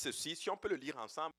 ceci, si on peut le lire ensemble.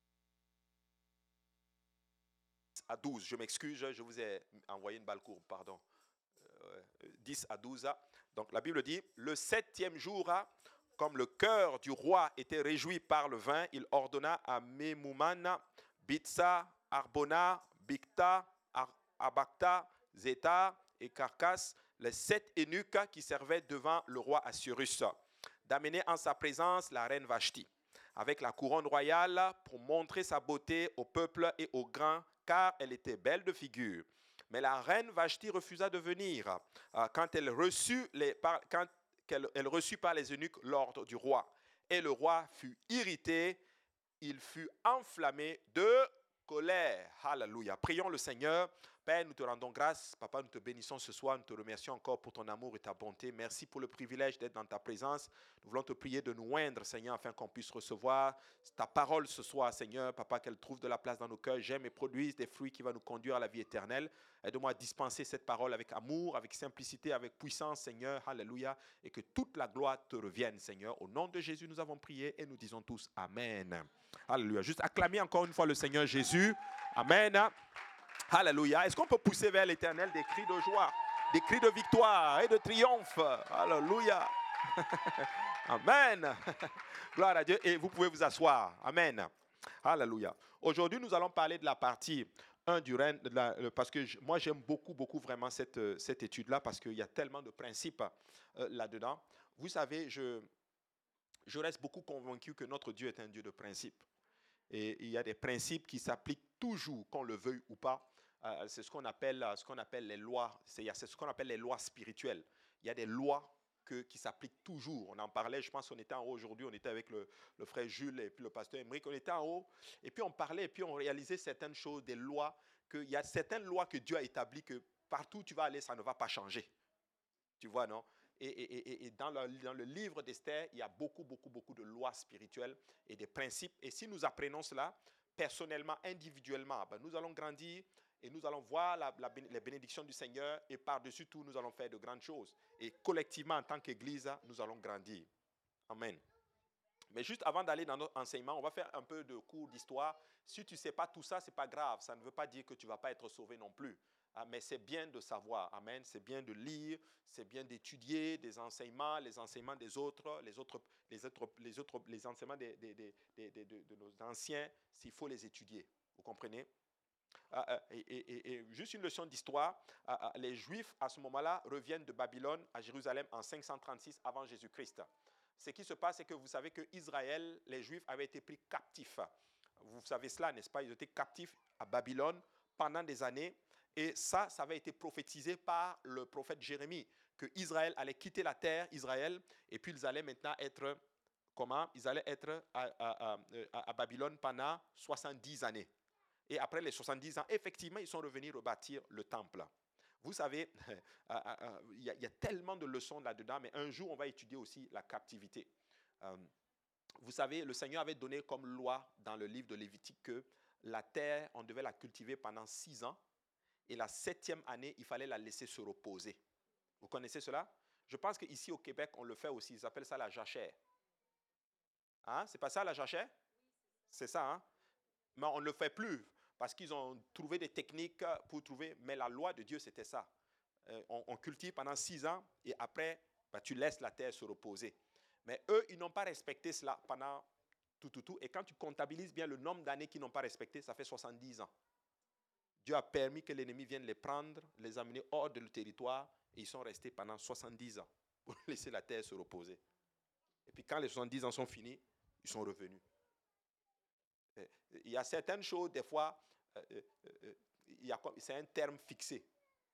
À 12, je m'excuse, je vous ai envoyé une balle courbe, pardon. 10 à 12. Donc la Bible dit, le 7e jour, comme le cœur du roi était réjoui par le vin, il ordonna à Memouman, Bitsa, Arbona, Bicta, Abacta, Zéta et Carcas, les 7 eunuques qui servaient devant le roi Assuérus, d'amener en sa présence la reine Vashti, avec la couronne royale pour montrer sa beauté au peuple et aux grands, car elle était belle de figure. Mais la reine Vashti refusa de venir quand elle reçut par les eunuques l'ordre du roi. Et le roi fut irrité, il fut enflammé de colère. Alléluia. Prions le Seigneur. Père, nous te rendons grâce. Papa, nous te bénissons ce soir. Nous te remercions encore pour ton amour et ta bonté. Merci pour le privilège d'être dans ta présence. Nous voulons te prier de nous oindre, Seigneur, afin qu'on puisse recevoir ta parole ce soir, Seigneur. Papa, qu'elle trouve de la place dans nos cœurs. J'aime et produise des fruits qui vont nous conduire à la vie éternelle. Aide-moi à dispenser cette parole avec amour, avec simplicité, avec puissance, Seigneur. Alléluia. Et que toute la gloire te revienne, Seigneur. Au nom de Jésus, nous avons prié et nous disons tous Amen. Alléluia. Juste acclamer encore une fois le Seigneur Jésus. Amen. Alléluia. Est-ce qu'on peut pousser vers l'Éternel des cris de joie, des cris de victoire et de triomphe? Alléluia. Amen. Gloire à Dieu. Et vous pouvez vous asseoir. Amen. Alléluia. Aujourd'hui, nous allons parler de la partie 1 du règne, parce que moi, j'aime beaucoup vraiment cette étude-là, parce qu'il y a tellement de principes là-dedans. Vous savez, je reste beaucoup convaincu que notre Dieu est un Dieu de principes. Et il y a des principes qui s'appliquent toujours, qu'on le veuille ou pas. C'est ce qu'on appelle les lois. C'est ce qu'on appelle les lois spirituelles. Il y a des lois qui s'appliquent toujours. On en parlait, je pense qu'on était en haut aujourd'hui, on était avec le frère Jules et puis le pasteur Émeric, on était en haut, et puis on parlait, et puis on réalisait certaines choses, des lois, qu'il y a certaines lois que Dieu a établies que partout où tu vas aller, ça ne va pas changer. Tu vois, non? Et dans le livre d'Esther, il y a beaucoup de lois spirituelles et des principes. Et si nous apprenons cela, personnellement, individuellement, nous allons grandir et nous allons voir les bénédictions du Seigneur. Et par-dessus tout, nous allons faire de grandes choses. Et collectivement, en tant qu'Église, nous allons grandir. Amen. Mais juste avant d'aller dans notre enseignement, on va faire un peu de cours d'histoire. Si tu ne sais pas tout ça, ce n'est pas grave. Ça ne veut pas dire que tu ne vas pas être sauvé non plus. Mais c'est bien de savoir, amen, c'est bien de lire, c'est bien d'étudier des enseignements, les enseignements des autres, les enseignements de nos anciens, s'il faut les étudier, vous comprenez? Et juste une leçon d'histoire, les Juifs à ce moment-là reviennent de Babylone à Jérusalem en 536 avant Jésus-Christ. Ce qui se passe, c'est que vous savez que Israël, les Juifs avaient été pris captifs. Vous savez cela, n'est-ce pas? Ils étaient captifs à Babylone pendant des années. Et ça avait été prophétisé par le prophète Jérémie, que Israël allait quitter la terre, Israël, et puis ils allaient maintenant être, comment? Ils allaient être à Babylone pendant 70 années. Et après les 70 ans, effectivement, ils sont revenus rebâtir le temple. Vous savez, il y a tellement de leçons là-dedans, mais un jour, on va étudier aussi la captivité. Vous savez, le Seigneur avait donné comme loi dans le livre de Lévitique que la terre, on devait la cultiver pendant 6 ans. Et la 7e année, il fallait la laisser se reposer. Vous connaissez cela? Je pense qu'ici au Québec, on le fait aussi. Ils appellent ça la jachère. Hein? C'est pas ça la jachère? C'est ça, hein? Mais on ne le fait plus parce qu'ils ont trouvé des techniques pour trouver. Mais la loi de Dieu, c'était ça. On cultive pendant 6 ans et après, tu laisses la terre se reposer. Mais eux, ils n'ont pas respecté cela pendant tout. Et quand tu comptabilises bien le nombre d'années qu'ils n'ont pas respecté, ça fait 70 ans. Dieu a permis que l'ennemi vienne les prendre, les amener hors de le territoire, et ils sont restés pendant 70 ans pour laisser la terre se reposer. Et puis quand les 70 ans sont finis, ils sont revenus. Il y a certaines choses, des fois, c'est un terme fixé.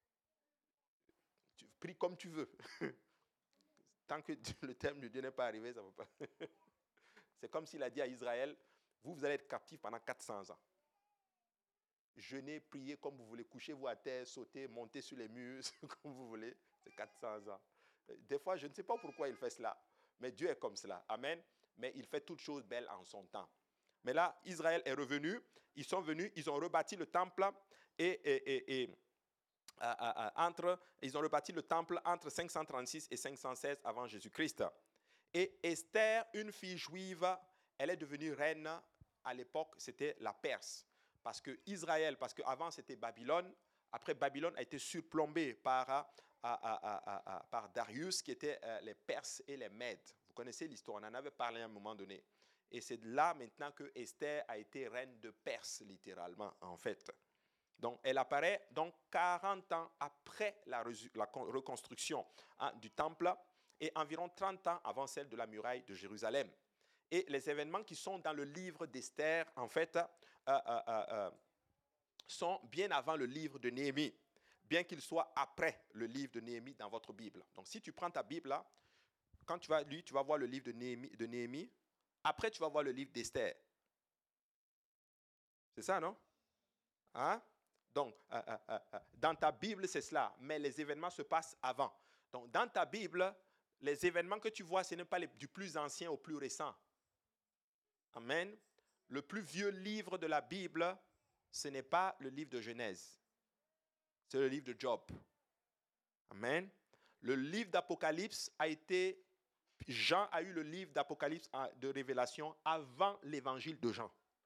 Tu pries comme tu veux. Tant que le terme de Dieu n'est pas arrivé, ça ne va pas. C'est comme s'il a dit à Israël, vous allez être captifs pendant 400 ans. Jeûnez, priez comme vous voulez, couchez-vous à terre, sautez, montez sur les murs, comme vous voulez. C'est 400 ans. Des fois, je ne sais pas pourquoi il fait cela, mais Dieu est comme cela. Amen. Mais il fait toutes choses belles en son temps. Mais là, Israël est revenu, ils sont venus, ils ont rebâti le temple ils ont rebâti le temple entre 536 et 516 avant Jésus-Christ. Et Esther, une fille juive, elle est devenue reine à l'époque, c'était la Perse. Parce que Israël, parce qu'avant c'était Babylone, après Babylone a été surplombé par Darius, qui étaient les Perses et les Mèdes. Vous connaissez l'histoire, on en avait parlé à un moment donné. Et c'est là maintenant que Esther a été reine de Perse, littéralement, en fait. Donc, elle apparaît donc 40 ans après la reconstruction du temple et environ 30 ans avant celle de la muraille de Jérusalem. Et les événements qui sont dans le livre d'Esther, en fait, sont bien avant le livre de Néhémie, bien qu'il soit après le livre de Néhémie dans votre Bible. Donc, si tu prends ta Bible, là, quand tu vas lire, tu vas voir le livre de Néhémie. Après, tu vas voir le livre d'Esther. C'est ça, non? Hein? Donc, dans ta Bible, c'est cela. Mais les événements se passent avant. Donc, dans ta Bible, les événements que tu vois, ce n'est pas du plus ancien au plus récent. Amen. Le plus vieux livre de la Bible, ce n'est pas le livre de Genèse. C'est le livre de Job. Amen. Le livre d'Apocalypse a été... Jean a eu le livre d'Apocalypse de Révélation avant l'évangile de Jean.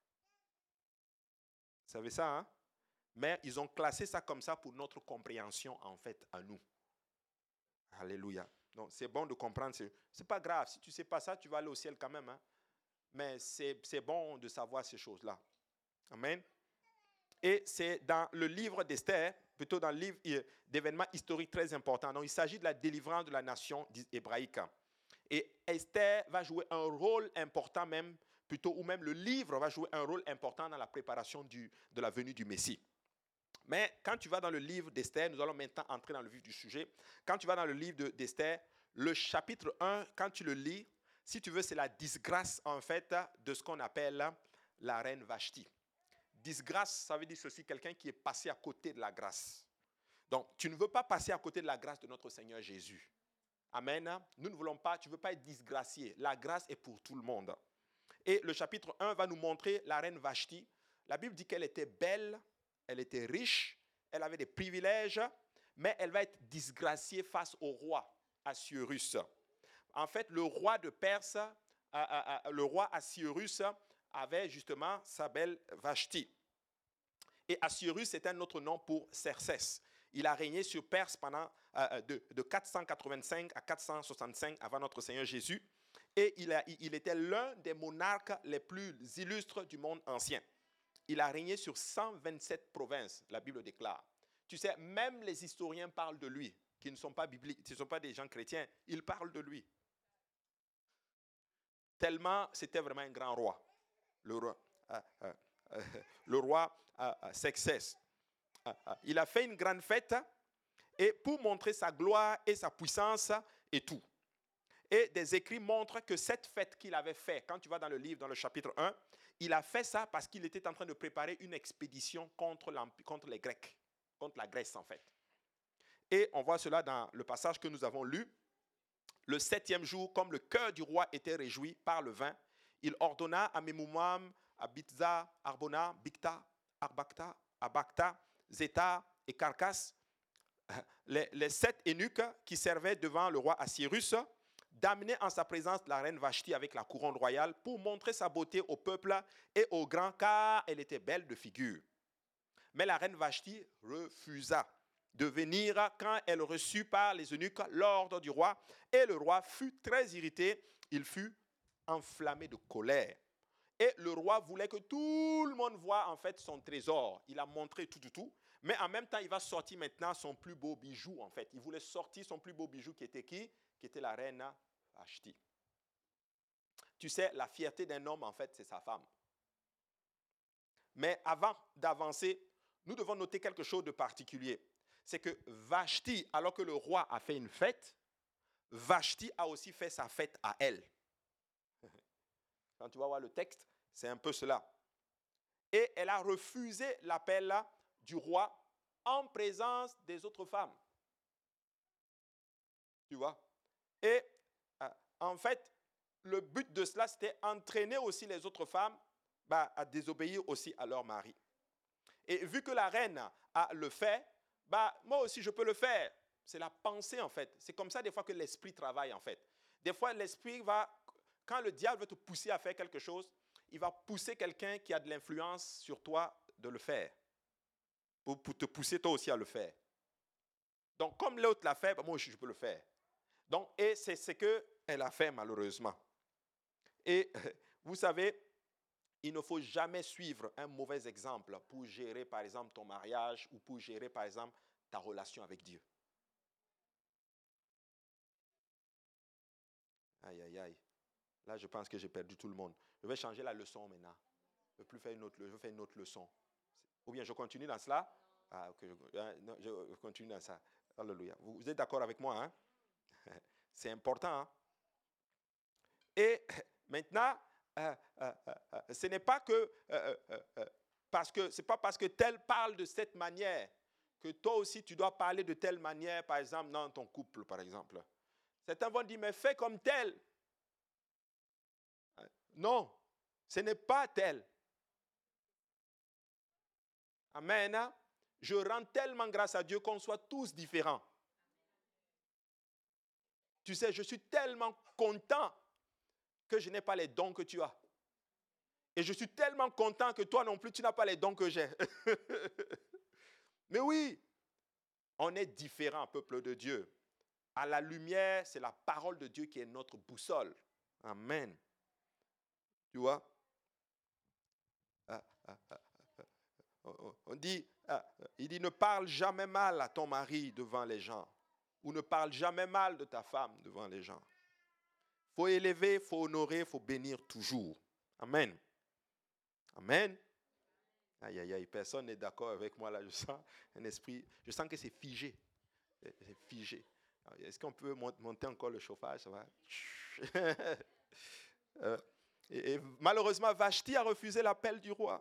Vous savez ça, hein? Mais ils ont classé ça comme ça pour notre compréhension, en fait, à nous. Alléluia. Donc, c'est bon de comprendre. C'est pas grave. Si tu ne sais pas ça, tu vas aller au ciel quand même. Hein? Mais c'est bon de savoir ces choses-là. Amen. Et c'est dans le livre d'Esther, plutôt dans le livre d'événements historiques très importants. Donc, il s'agit de la délivrance de la nation hébraïque. Et Esther va jouer un rôle important même, plutôt, ou même le livre va jouer un rôle important dans la préparation de la venue du Messie. Mais quand tu vas dans le livre d'Esther, nous allons maintenant entrer dans le vif du sujet. Quand tu vas dans le livre d'Esther, le chapitre 1, quand tu le lis, si tu veux, c'est la disgrâce en fait de ce qu'on appelle la reine Vashti. Disgrâce, ça veut dire ceci, quelqu'un qui est passé à côté de la grâce. Donc, tu ne veux pas passer à côté de la grâce de notre Seigneur Jésus. Amen. Nous ne voulons pas, tu ne veux pas être disgracié. La grâce est pour tout le monde. Et le chapitre 1 va nous montrer la reine Vashti. La Bible dit qu'elle était belle, elle était riche, elle avait des privilèges, mais elle va être disgraciée face au roi Assuérus. En fait, le roi de Perse, le roi Assuérus avait justement sa belle Vashti. Et Assuérus est un autre nom pour Xerxès. Il a régné sur Perse pendant de 485 à 465 avant notre Seigneur Jésus. Et il était l'un des monarques les plus illustres du monde ancien. Il a régné sur 127 provinces, la Bible déclare. Tu sais, même les historiens parlent de lui, qui ne sont pas bibliques, ce ne sont pas des gens chrétiens, ils parlent de lui. Tellement c'était vraiment un grand roi, le roi Xerxès. Il a fait une grande fête et pour montrer sa gloire et sa puissance et tout. Et des écrits montrent que cette fête qu'il avait faite, quand tu vas dans le livre, dans le chapitre 1, il a fait ça parce qu'il était en train de préparer une expédition contre les Grecs, contre la Grèce en fait. Et on voit cela dans le passage que nous avons lu. Le 7e jour, comme le cœur du roi était réjoui par le vin, il ordonna à Memoumam, à Biztha, Arbona, Bicta, Arbacta, Abacta, Zéta et Carcas, les 7 eunuques qui servaient devant le roi Assuérus, d'amener en sa présence la reine Vashti avec la couronne royale pour montrer sa beauté au peuple et aux grands, car elle était belle de figure. Mais la reine Vashti refusa de venir quand elle reçut par les eunuques l'ordre du roi, et le roi fut très irrité, il fut enflammé de colère. Et le roi voulait que tout le monde voie en fait son trésor. Il a montré tout. Mais en même temps, il va sortir maintenant son plus beau bijou en fait. Il voulait sortir son plus beau bijou qui était qui? Qui était la reine Vashti. Tu sais, la fierté d'un homme en fait, c'est sa femme. Mais avant d'avancer, nous devons noter quelque chose de particulier. C'est que Vashti, alors que le roi a fait une fête, Vashti a aussi fait sa fête à elle. Quand tu vas voir le texte, c'est un peu cela. Et elle a refusé l'appel du roi en présence des autres femmes. Tu vois? Et en fait, le but de cela, c'était entraîner aussi les autres femmes à désobéir aussi à leur mari. Et vu que la reine a le fait, moi aussi je peux le faire. C'est la pensée en fait. C'est comme ça des fois que l'esprit travaille en fait. Des fois l'esprit va quand le diable veut te pousser à faire quelque chose, il va pousser quelqu'un qui a de l'influence sur toi de le faire. Pour te pousser toi aussi à le faire. Donc, comme l'autre l'a fait, moi aussi je peux le faire. Donc, et c'est ce qu'elle a fait malheureusement. Et vous savez, il ne faut jamais suivre un mauvais exemple pour gérer par exemple ton mariage ou pour gérer par exemple ta relation avec Dieu. Aïe, aïe, aïe. Là, je pense que j'ai perdu tout le monde. Je vais changer la leçon maintenant. Je ne vais plus faire je vais faire une autre leçon. Ou bien je continue dans cela. Ah, ok, non, je continue dans ça. Alléluia. Vous êtes d'accord avec moi, hein? C'est important. Hein? Et maintenant, ce n'est pas que c'est pas parce que tel parle de cette manière que toi aussi tu dois parler de telle manière, par exemple dans ton couple, par exemple. Certains vont dire mais fais comme tel. Non, ce n'est pas tel. Amen. Je rends tellement grâce à Dieu qu'on soit tous différents. Tu sais, je suis tellement content que je n'ai pas les dons que tu as. Et je suis tellement content que toi non plus, tu n'as pas les dons que j'ai. Mais oui, on est différents, peuple de Dieu. À la lumière, c'est la parole de Dieu qui est notre boussole. Amen. Tu vois? On dit, il dit, ne parle jamais mal à ton mari devant les gens. Ou ne parle jamais mal de ta femme devant les gens. Il faut élever, il faut honorer, il faut bénir toujours. Amen. Amen. Aïe, aïe, aïe, personne n'est d'accord avec moi là. Je sens un esprit, je sens que c'est figé. C'est figé. Est-ce qu'on peut monter encore le chauffage? Ça va? Et malheureusement, Vashti a refusé l'appel du roi.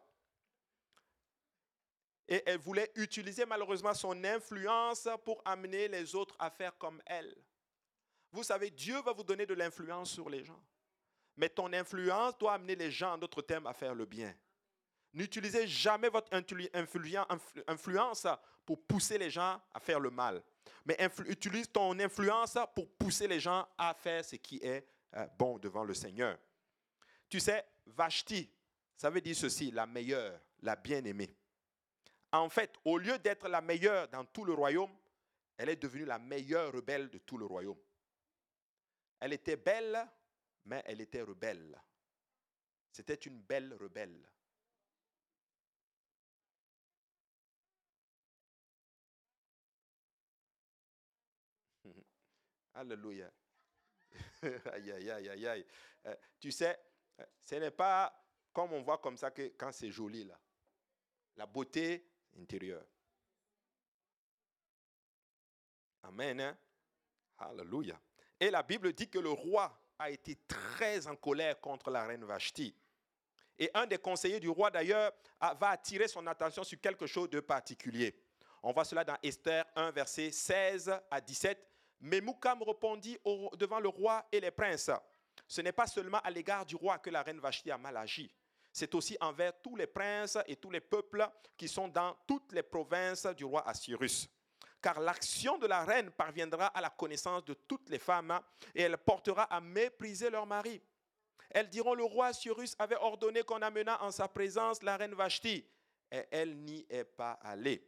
Et elle voulait utiliser malheureusement son influence pour amener les autres à faire comme elle. Vous savez, Dieu va vous donner de l'influence sur les gens. Mais ton influence doit amener les gens, en d'autres termes, à faire le bien. N'utilisez jamais votre influence pour pousser les gens à faire le mal. Mais utilise ton influence pour pousser les gens à faire ce qui est bon devant le Seigneur. Tu sais, Vashti, ça veut dire ceci, la meilleure, la bien-aimée. En fait, au lieu d'être la meilleure dans tout le royaume, elle est devenue la meilleure rebelle de tout le royaume. Elle était belle, mais elle était rebelle. C'était une belle rebelle. Alléluia. Aïe, aïe, aïe, aïe, aïe. Tu sais, ce n'est pas comme on voit comme ça que quand c'est joli là. La beauté intérieure. Amen. Hein? Alléluia. Et la Bible dit que le roi a été très en colère contre la reine Vashti. Et un des conseillers du roi d'ailleurs va attirer son attention sur quelque chose de particulier. On voit cela dans Esther 1, verset 16 à 17. Mais Moukham répondit devant le roi et les princes. Ce n'est pas seulement à l'égard du roi que la reine Vashti a mal agi. C'est aussi envers tous les princes et tous les peuples qui sont dans toutes les provinces du roi Assyrus. Car l'action de la reine parviendra à la connaissance de toutes les femmes et elle portera à mépriser leur mari. Elles diront, le roi Assyrus avait ordonné qu'on amenât en sa présence la reine Vashti. Et elle n'y est pas allée.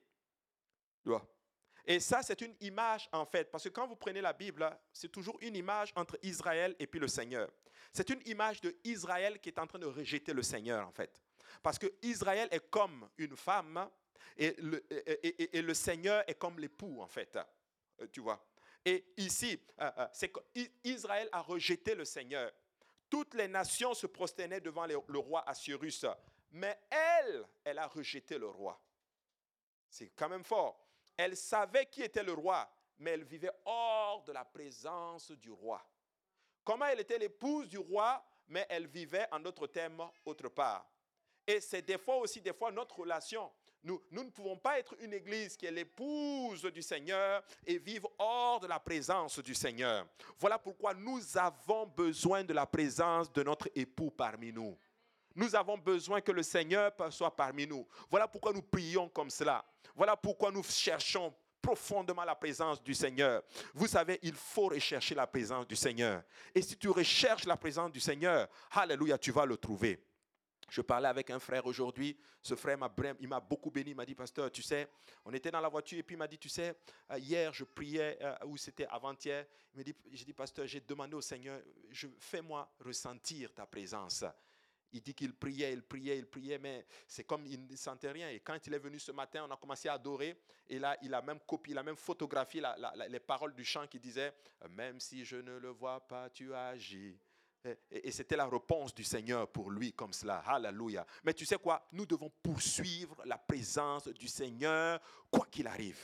Et ça, c'est une image en fait, parce que quand vous prenez la Bible, c'est toujours une image entre Israël et puis le Seigneur. C'est une image de Israël qui est en train de rejeter le Seigneur en fait. Parce que Israël est comme une femme et le Seigneur est comme l'époux en fait. Tu vois. Et ici, c'est qu'Israël a rejeté le Seigneur. Toutes les nations se prosternaient devant le roi Assyrus. Mais elle a rejeté le roi. C'est quand même fort. Elle savait qui était le roi, mais elle vivait hors de la présence du roi. Comment elle était l'épouse du roi, mais elle vivait en d'autres termes autre part. Et c'est des fois notre relation. Nous ne pouvons pas être une église qui est l'épouse du Seigneur et vivre hors de la présence du Seigneur. Voilà pourquoi nous avons besoin de la présence de notre époux parmi nous. Nous avons besoin que le Seigneur soit parmi nous. Voilà pourquoi nous prions comme cela. Voilà pourquoi nous cherchons profondément la présence du Seigneur. Vous savez, il faut rechercher la présence du Seigneur. Et si tu recherches la présence du Seigneur, alléluia, tu vas le trouver. Je parlais avec un frère aujourd'hui. Ce frère il m'a beaucoup béni. Il m'a dit, pasteur, tu sais, on était dans la voiture et puis il m'a dit, tu sais, hier je priais, ou c'était avant-hier. J'ai dit, pasteur, j'ai demandé au Seigneur, fais-moi ressentir ta présence. Il dit qu'il priait, mais c'est comme il ne sentait rien. Et quand il est venu ce matin, on a commencé à adorer. Et là, il a même copié, il a même photographié les paroles du chant qui disait « Même si je ne le vois pas, tu agis ». Et c'était la réponse du Seigneur pour lui comme cela. Alléluia. Mais tu sais quoi? Nous devons poursuivre la présence du Seigneur, quoi qu'il arrive.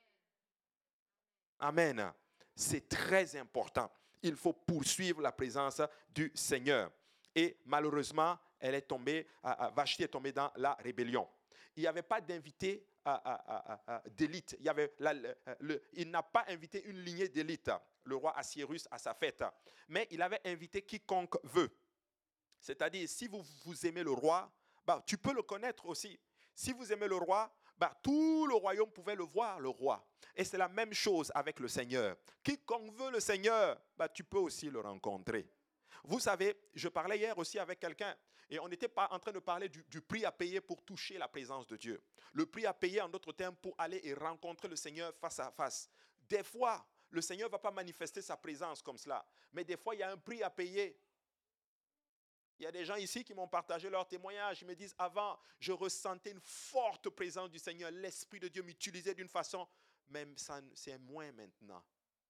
Amen. C'est très important. Il faut poursuivre la présence du Seigneur. Et malheureusement, Vashti est tombée dans la rébellion. Il n'y avait pas d'invité d'élite. Il n'a pas invité une lignée d'élite, le roi Assuérus, à sa fête. Mais il avait invité quiconque veut. C'est-à-dire, si vous aimez le roi, tu peux le connaître aussi. Si vous aimez le roi, tout le royaume pouvait le voir, le roi. Et c'est la même chose avec le Seigneur. Quiconque veut le Seigneur, tu peux aussi le rencontrer. Vous savez, je parlais hier aussi avec quelqu'un et on n'était pas en train de parler du prix à payer pour toucher la présence de Dieu. Le prix à payer, en d'autres termes, pour aller et rencontrer le Seigneur face à face. Des fois, le Seigneur ne va pas manifester sa présence comme cela, mais des fois, il y a un prix à payer. Il y a des gens ici qui m'ont partagé leur témoignage. Ils me disent, avant, je ressentais une forte présence du Seigneur. L'Esprit de Dieu m'utilisait d'une façon, même ça, c'est moins maintenant.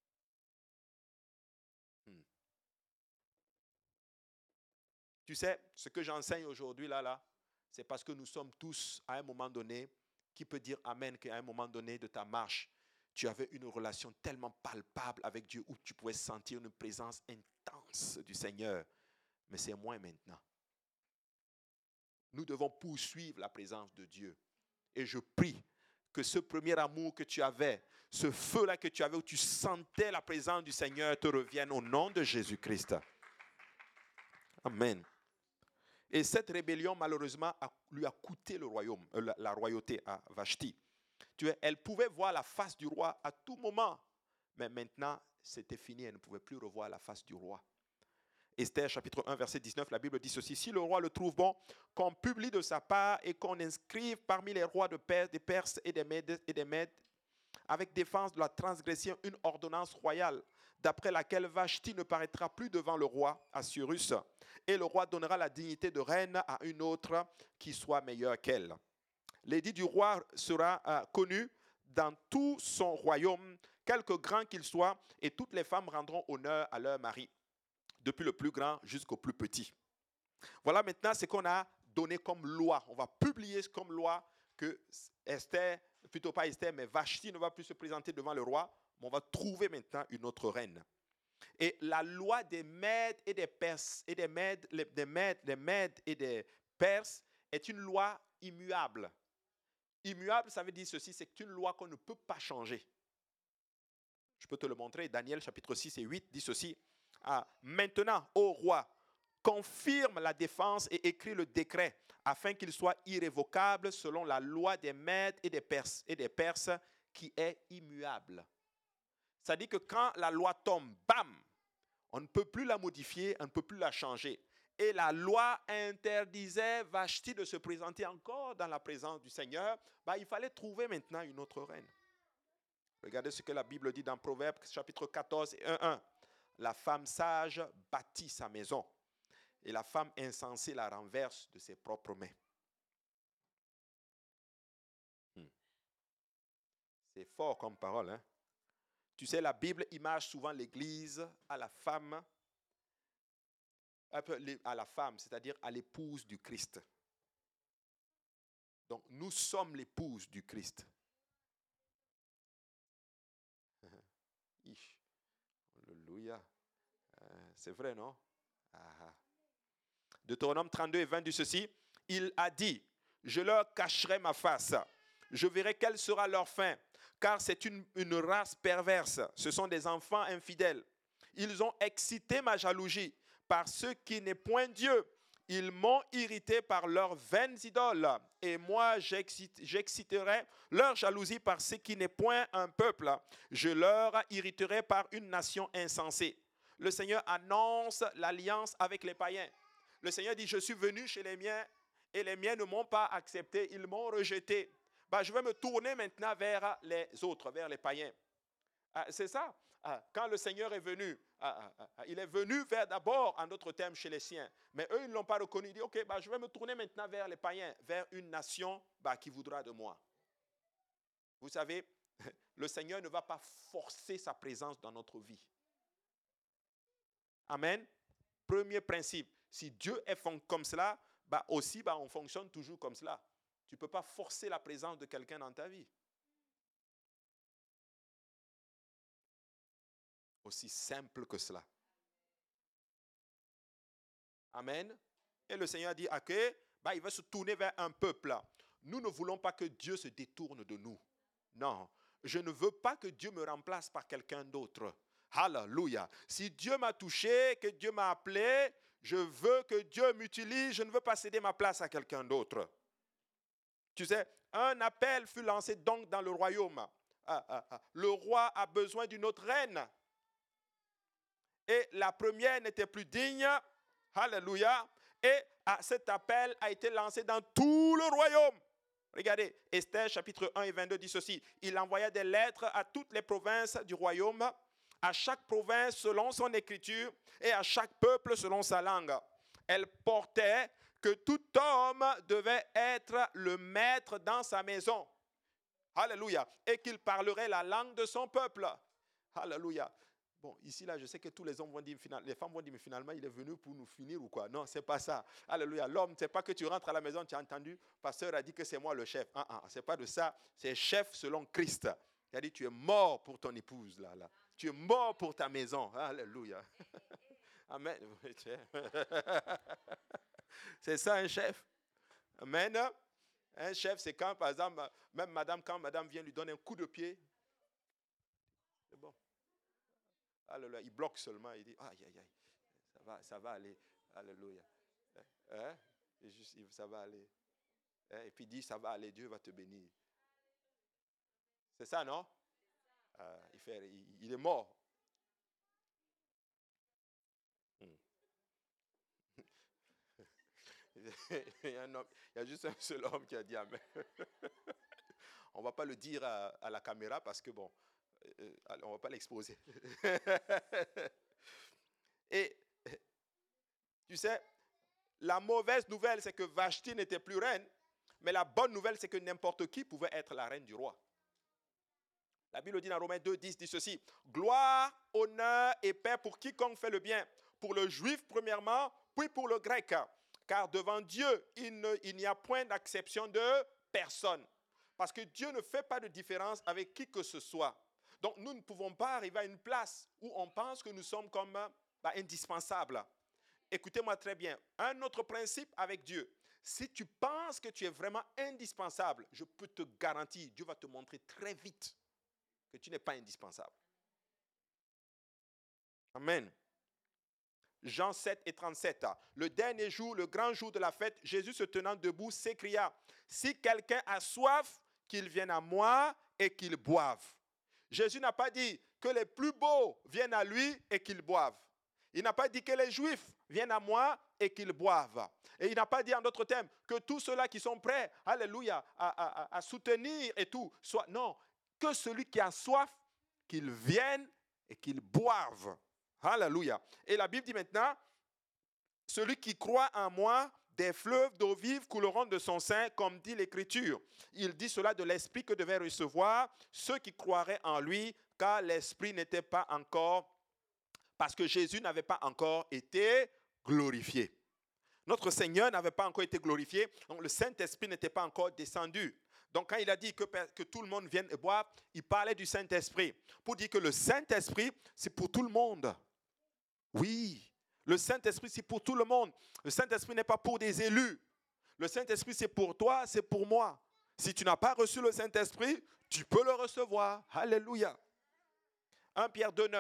Tu sais, ce que j'enseigne aujourd'hui, là, c'est parce que nous sommes tous, à un moment donné, qui peut dire Amen, qu'à un moment donné de ta marche, tu avais une relation tellement palpable avec Dieu où tu pouvais sentir une présence intense du Seigneur. Mais c'est moins maintenant. Nous devons poursuivre la présence de Dieu. Et je prie que ce premier amour que tu avais, ce feu-là que tu avais où tu sentais la présence du Seigneur te revienne au nom de Jésus-Christ. Amen. Et cette rébellion, malheureusement, lui a coûté le royaume, la royauté à Vashti. Elle pouvait voir la face du roi à tout moment. Mais maintenant, c'était fini. Elle ne pouvait plus revoir la face du roi. Esther, chapitre 1, verset 19, la Bible dit ceci. Si le roi le trouve bon, qu'on publie de sa part et qu'on inscrive parmi les rois des Perses et des Mèdes, avec défense de la transgression, une ordonnance royale, d'après laquelle Vashti ne paraîtra plus devant le roi Assuérus, et le roi donnera la dignité de reine à une autre qui soit meilleure qu'elle. L'édit du roi sera connu dans tout son royaume, quelque grand qu'il soit, et toutes les femmes rendront honneur à leur mari, depuis le plus grand jusqu'au plus petit. Voilà maintenant ce qu'on a donné comme loi. On va publier comme loi que Esther, plutôt pas Esther, mais Vashti ne va plus se présenter devant le roi, mais on va trouver maintenant une autre reine. Et la loi des Mèdes et des Perses, et des Mèdes et des Perses est une loi immuable. Immuable, ça veut dire ceci, c'est une loi qu'on ne peut pas changer. Je peux te le montrer. Daniel chapitre 6 et 8 dit ceci. Maintenant, ô roi, confirme la défense et écrit le décret afin qu'il soit irrévocable selon la loi des Mèdes et des Perses qui est immuable. Ça dit que quand la loi tombe, bam, on ne peut plus la modifier, on ne peut plus la changer. Et la loi interdisait Vashti de se présenter encore dans la présence du Seigneur. Il fallait trouver maintenant une autre reine. Regardez ce que la Bible dit dans Proverbes chapitre 14 et 1. La femme sage bâtit sa maison et la femme insensée la renverse de ses propres mains. C'est fort comme parole, hein? Tu sais, la Bible image souvent l'Église à la femme, c'est-à-dire à l'épouse du Christ. Donc, nous sommes l'épouse du Christ. Alléluia. C'est vrai, non? Deutéronome 32 et 20 dit ceci. Il a dit, je leur cacherai ma face. Je verrai quelle sera leur fin, car c'est une race perverse. Ce sont des enfants infidèles. Ils ont excité ma jalousie par ce qui n'est point Dieu. Ils m'ont irrité par leurs vaines idoles, et moi j'exciterai leur jalousie par ce qui n'est point un peuple. Je leur irriterai par une nation insensée. Le Seigneur annonce l'alliance avec les païens. Le Seigneur dit, je suis venu chez les miens, et les miens ne m'ont pas accepté, ils m'ont rejeté. Je vais me tourner maintenant vers les autres, vers les païens. C'est ça. Quand le Seigneur est venu, il est venu vers d'abord, en d'autres termes, chez les siens. Mais eux, ils ne l'ont pas reconnu. Il dit, ok, je vais me tourner maintenant vers les païens, vers une nation qui voudra de moi. Vous savez, le Seigneur ne va pas forcer sa présence dans notre vie. Amen. Premier principe, si Dieu est comme cela, aussi on fonctionne toujours comme cela. Tu ne peux pas forcer la présence de quelqu'un dans ta vie. Aussi simple que cela. Amen. Et le Seigneur dit, ok, il va se tourner vers un peuple. Nous ne voulons pas que Dieu se détourne de nous. Non, je ne veux pas que Dieu me remplace par quelqu'un d'autre. Alléluia. Si Dieu m'a touché, que Dieu m'a appelé, je veux que Dieu m'utilise, je ne veux pas céder ma place à quelqu'un d'autre. Tu sais, un appel fut lancé donc dans le royaume. Le roi a besoin d'une autre reine. Et la première n'était plus digne. Alléluia. Et cet appel a été lancé dans tout le royaume. Regardez, Esther chapitre 1 et 22 dit ceci. Il envoya des lettres à toutes les provinces du royaume, à chaque province selon son écriture et à chaque peuple selon sa langue. Elle portait que tout homme devait être le maître dans sa maison. Alléluia. Et qu'il parlerait la langue de son peuple. Alléluia. Bon, ici, là, je sais que tous les hommes vont dire, les femmes vont dire, mais finalement, il est venu pour nous finir ou quoi? Non, ce n'est pas ça. Alléluia. L'homme, ce n'est pas que tu rentres à la maison, tu as entendu, pasteur a dit que c'est moi le chef. Ce n'est pas de ça. C'est chef selon Christ. Il a dit, tu es mort pour ton épouse, là. Tu es mort pour ta maison. Alléluia. Amen. C'est ça un chef. Amen. Un chef, c'est quand, par exemple, même quand madame vient lui donner un coup de pied, c'est bon. Alléluia. Il bloque seulement, il dit, aïe, aïe, aïe, ça va aller. Alléluia. Ça va aller. Et puis il dit, ça va aller, Dieu va te bénir. C'est ça, non? Il est mort. Il y a juste un seul homme qui a dit amen. On ne va pas le dire à la caméra parce que bon, on ne va pas l'exposer. Et tu sais, la mauvaise nouvelle, c'est que Vashti n'était plus reine, mais la bonne nouvelle, c'est que n'importe qui pouvait être la reine du roi. La Bible dit dans Romains 2:10, dit ceci, gloire, honneur et paix pour quiconque fait le bien, pour le juif premièrement, puis pour le grec. Car devant Dieu, il n'y a point d'acception de personne. Parce que Dieu ne fait pas de différence avec qui que ce soit. Donc nous ne pouvons pas arriver à une place où on pense que nous sommes comme indispensables. Écoutez-moi très bien. Un autre principe avec Dieu. Si tu penses que tu es vraiment indispensable, je peux te garantir, Dieu va te montrer très vite que tu n'es pas indispensable. Amen. Jean 7 et 37. Le dernier jour, le grand jour de la fête, Jésus se tenant debout s'écria, si quelqu'un a soif, qu'il vienne à moi et qu'il boive. Jésus n'a pas dit que les plus beaux viennent à lui et qu'ils boivent. Il n'a pas dit que les Juifs viennent à moi et qu'ils boivent. Et il n'a pas dit en d'autres termes que tous ceux-là qui sont prêts, alléluia, à soutenir et tout, soit non, que celui qui a soif, qu'il vienne et qu'il boive. Alléluia. Et la Bible dit maintenant, celui qui croit en moi, des fleuves d'eau vive couleront de son sein, comme dit l'Écriture. Il dit cela de l'Esprit que devaient recevoir ceux qui croiraient en lui, car l'Esprit n'était pas encore, parce que Jésus n'avait pas encore été glorifié. Notre Seigneur n'avait pas encore été glorifié, donc le Saint-Esprit n'était pas encore descendu. Donc quand il a dit que tout le monde vienne et boire, il parlait du Saint-Esprit. Pour dire que le Saint-Esprit, c'est pour tout le monde. Oui, le Saint-Esprit, c'est pour tout le monde. Le Saint-Esprit n'est pas pour des élus. Le Saint-Esprit, c'est pour toi, c'est pour moi. Si tu n'as pas reçu le Saint-Esprit, tu peux le recevoir. Alléluia. 1 Pierre 2,9.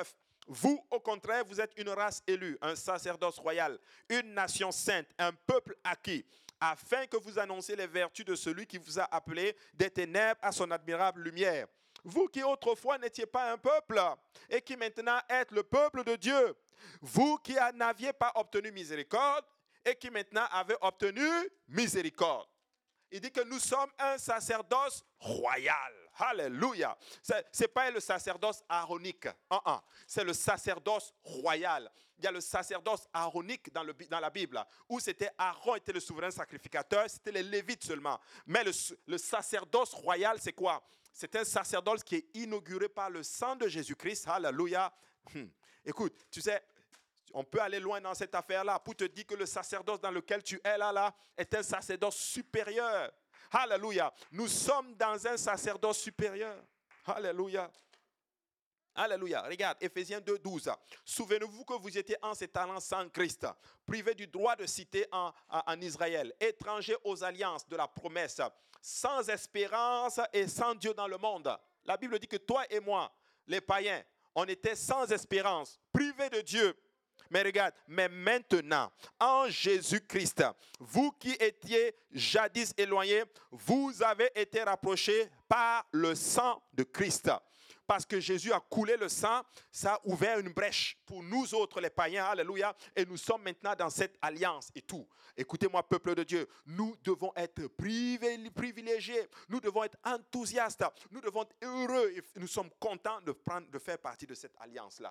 Vous, au contraire, vous êtes une race élue, un sacerdoce royal, une nation sainte, un peuple acquis, afin que vous annonciez les vertus de celui qui vous a appelé des ténèbres à son admirable lumière. Vous qui autrefois n'étiez pas un peuple et qui maintenant êtes le peuple de Dieu. Vous qui n'aviez pas obtenu miséricorde et qui maintenant avez obtenu miséricorde. Il dit que nous sommes un sacerdoce royal. Alléluia. Ce n'est pas le sacerdoce aaronique. C'est le sacerdoce royal. Il y a le sacerdoce aaronique dans la Bible, où c'était Aaron était le souverain sacrificateur, c'était les Lévites seulement. Mais le sacerdoce royal, c'est quoi? C'est un sacerdoce qui est inauguré par le sang de Jésus-Christ. Alléluia. Écoute, tu sais, on peut aller loin dans cette affaire-là pour te dire que le sacerdoce dans lequel tu es là est un sacerdoce supérieur. Alléluia. Nous sommes dans un sacerdoce supérieur. Alléluia. Alléluia. Regarde, Éphésiens 2, 12. Souvenez-vous que vous étiez en ces talents sans Christ, privés du droit de cité en Israël, étrangers aux alliances de la promesse, sans espérance et sans Dieu dans le monde. La Bible dit que toi et moi, les païens, on était sans espérance, privés de Dieu. Mais regarde, mais maintenant, en Jésus-Christ, vous qui étiez jadis éloignés, vous avez été rapprochés par le sang de Christ. Parce que Jésus a coulé le sang, ça a ouvert une brèche pour nous autres, les païens, alléluia, et nous sommes maintenant dans cette alliance et tout. Écoutez-moi, peuple de Dieu, nous devons être privilégiés, nous devons être enthousiastes, nous devons être heureux, et nous sommes contents de faire partie de cette alliance-là.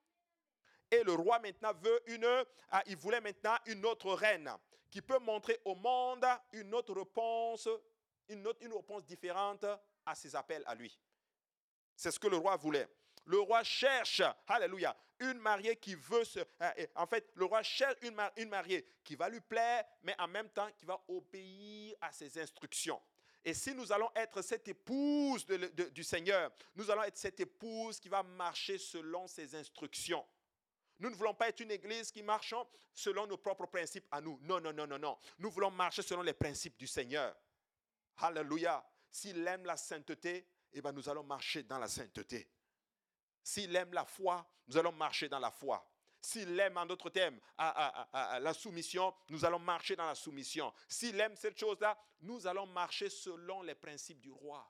Et le roi maintenant il voulait maintenant une autre reine qui peut montrer au monde une autre réponse, une réponse différente à ses appels à lui. C'est ce que le roi voulait. Le roi cherche, alléluia, une mariée qui veut en fait, le roi cherche une mariée qui va lui plaire, mais en même temps qui va obéir à ses instructions. Et si nous allons être cette épouse du Seigneur, nous allons être cette épouse qui va marcher selon ses instructions. Nous ne voulons pas être une église qui marche selon nos propres principes à nous. Non, non, non, non, non. Nous voulons marcher selon les principes du Seigneur. Alléluia. S'il aime la sainteté, eh bien, nous allons marcher dans la sainteté. S'il aime la foi, nous allons marcher dans la foi. S'il aime, en d'autres termes, la soumission, nous allons marcher dans la soumission. S'il aime cette chose-là, nous allons marcher selon les principes du roi.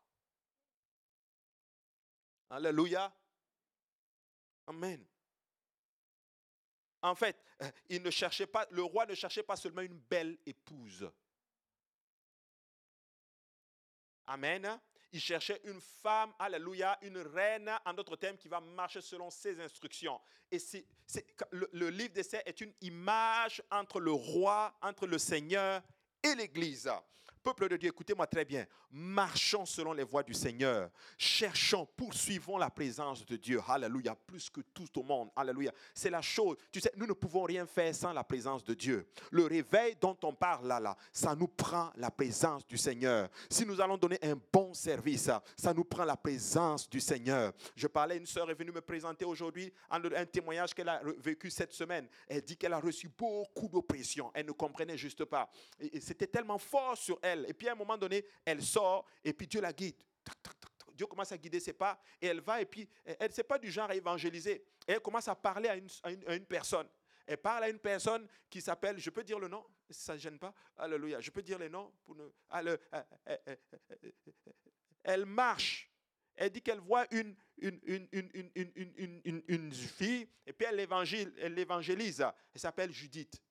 Alléluia. Amen. En fait, le roi ne cherchait pas seulement une belle épouse. Amen. Il cherchait une femme, alléluia, une reine, en d'autres termes, qui va marcher selon ses instructions. Et le livre d'Esther est une image entre le roi, entre le Seigneur et l'Église. Peuple de Dieu, écoutez-moi très bien. Marchons selon les voies du Seigneur. Cherchons, poursuivons la présence de Dieu. Alléluia. Plus que tout au monde. Alléluia. C'est la chose. Tu sais, nous ne pouvons rien faire sans la présence de Dieu. Le réveil dont on parle là, ça nous prend la présence du Seigneur. Si nous allons donner un bon service, ça nous prend la présence du Seigneur. Je parlais, une sœur est venue me présenter aujourd'hui un témoignage qu'elle a vécu cette semaine. Elle dit qu'elle a reçu beaucoup d'oppression. Elle ne comprenait juste pas. Et c'était tellement fort sur elle. Et puis à un moment donné, elle sort et puis Dieu la guide. Dieu commence à guider ses pas et elle va et puis elle n'est pas du genre à évangéliser. Et elle commence à parler à une personne. Elle parle à une personne qui s'appelle, je peux dire le nom, ça ne gêne pas, alléluia, je peux dire les noms. Elle marche. Elle dit qu'elle voit une fille et puis elle l'évangélise. Elle s'appelle Judith.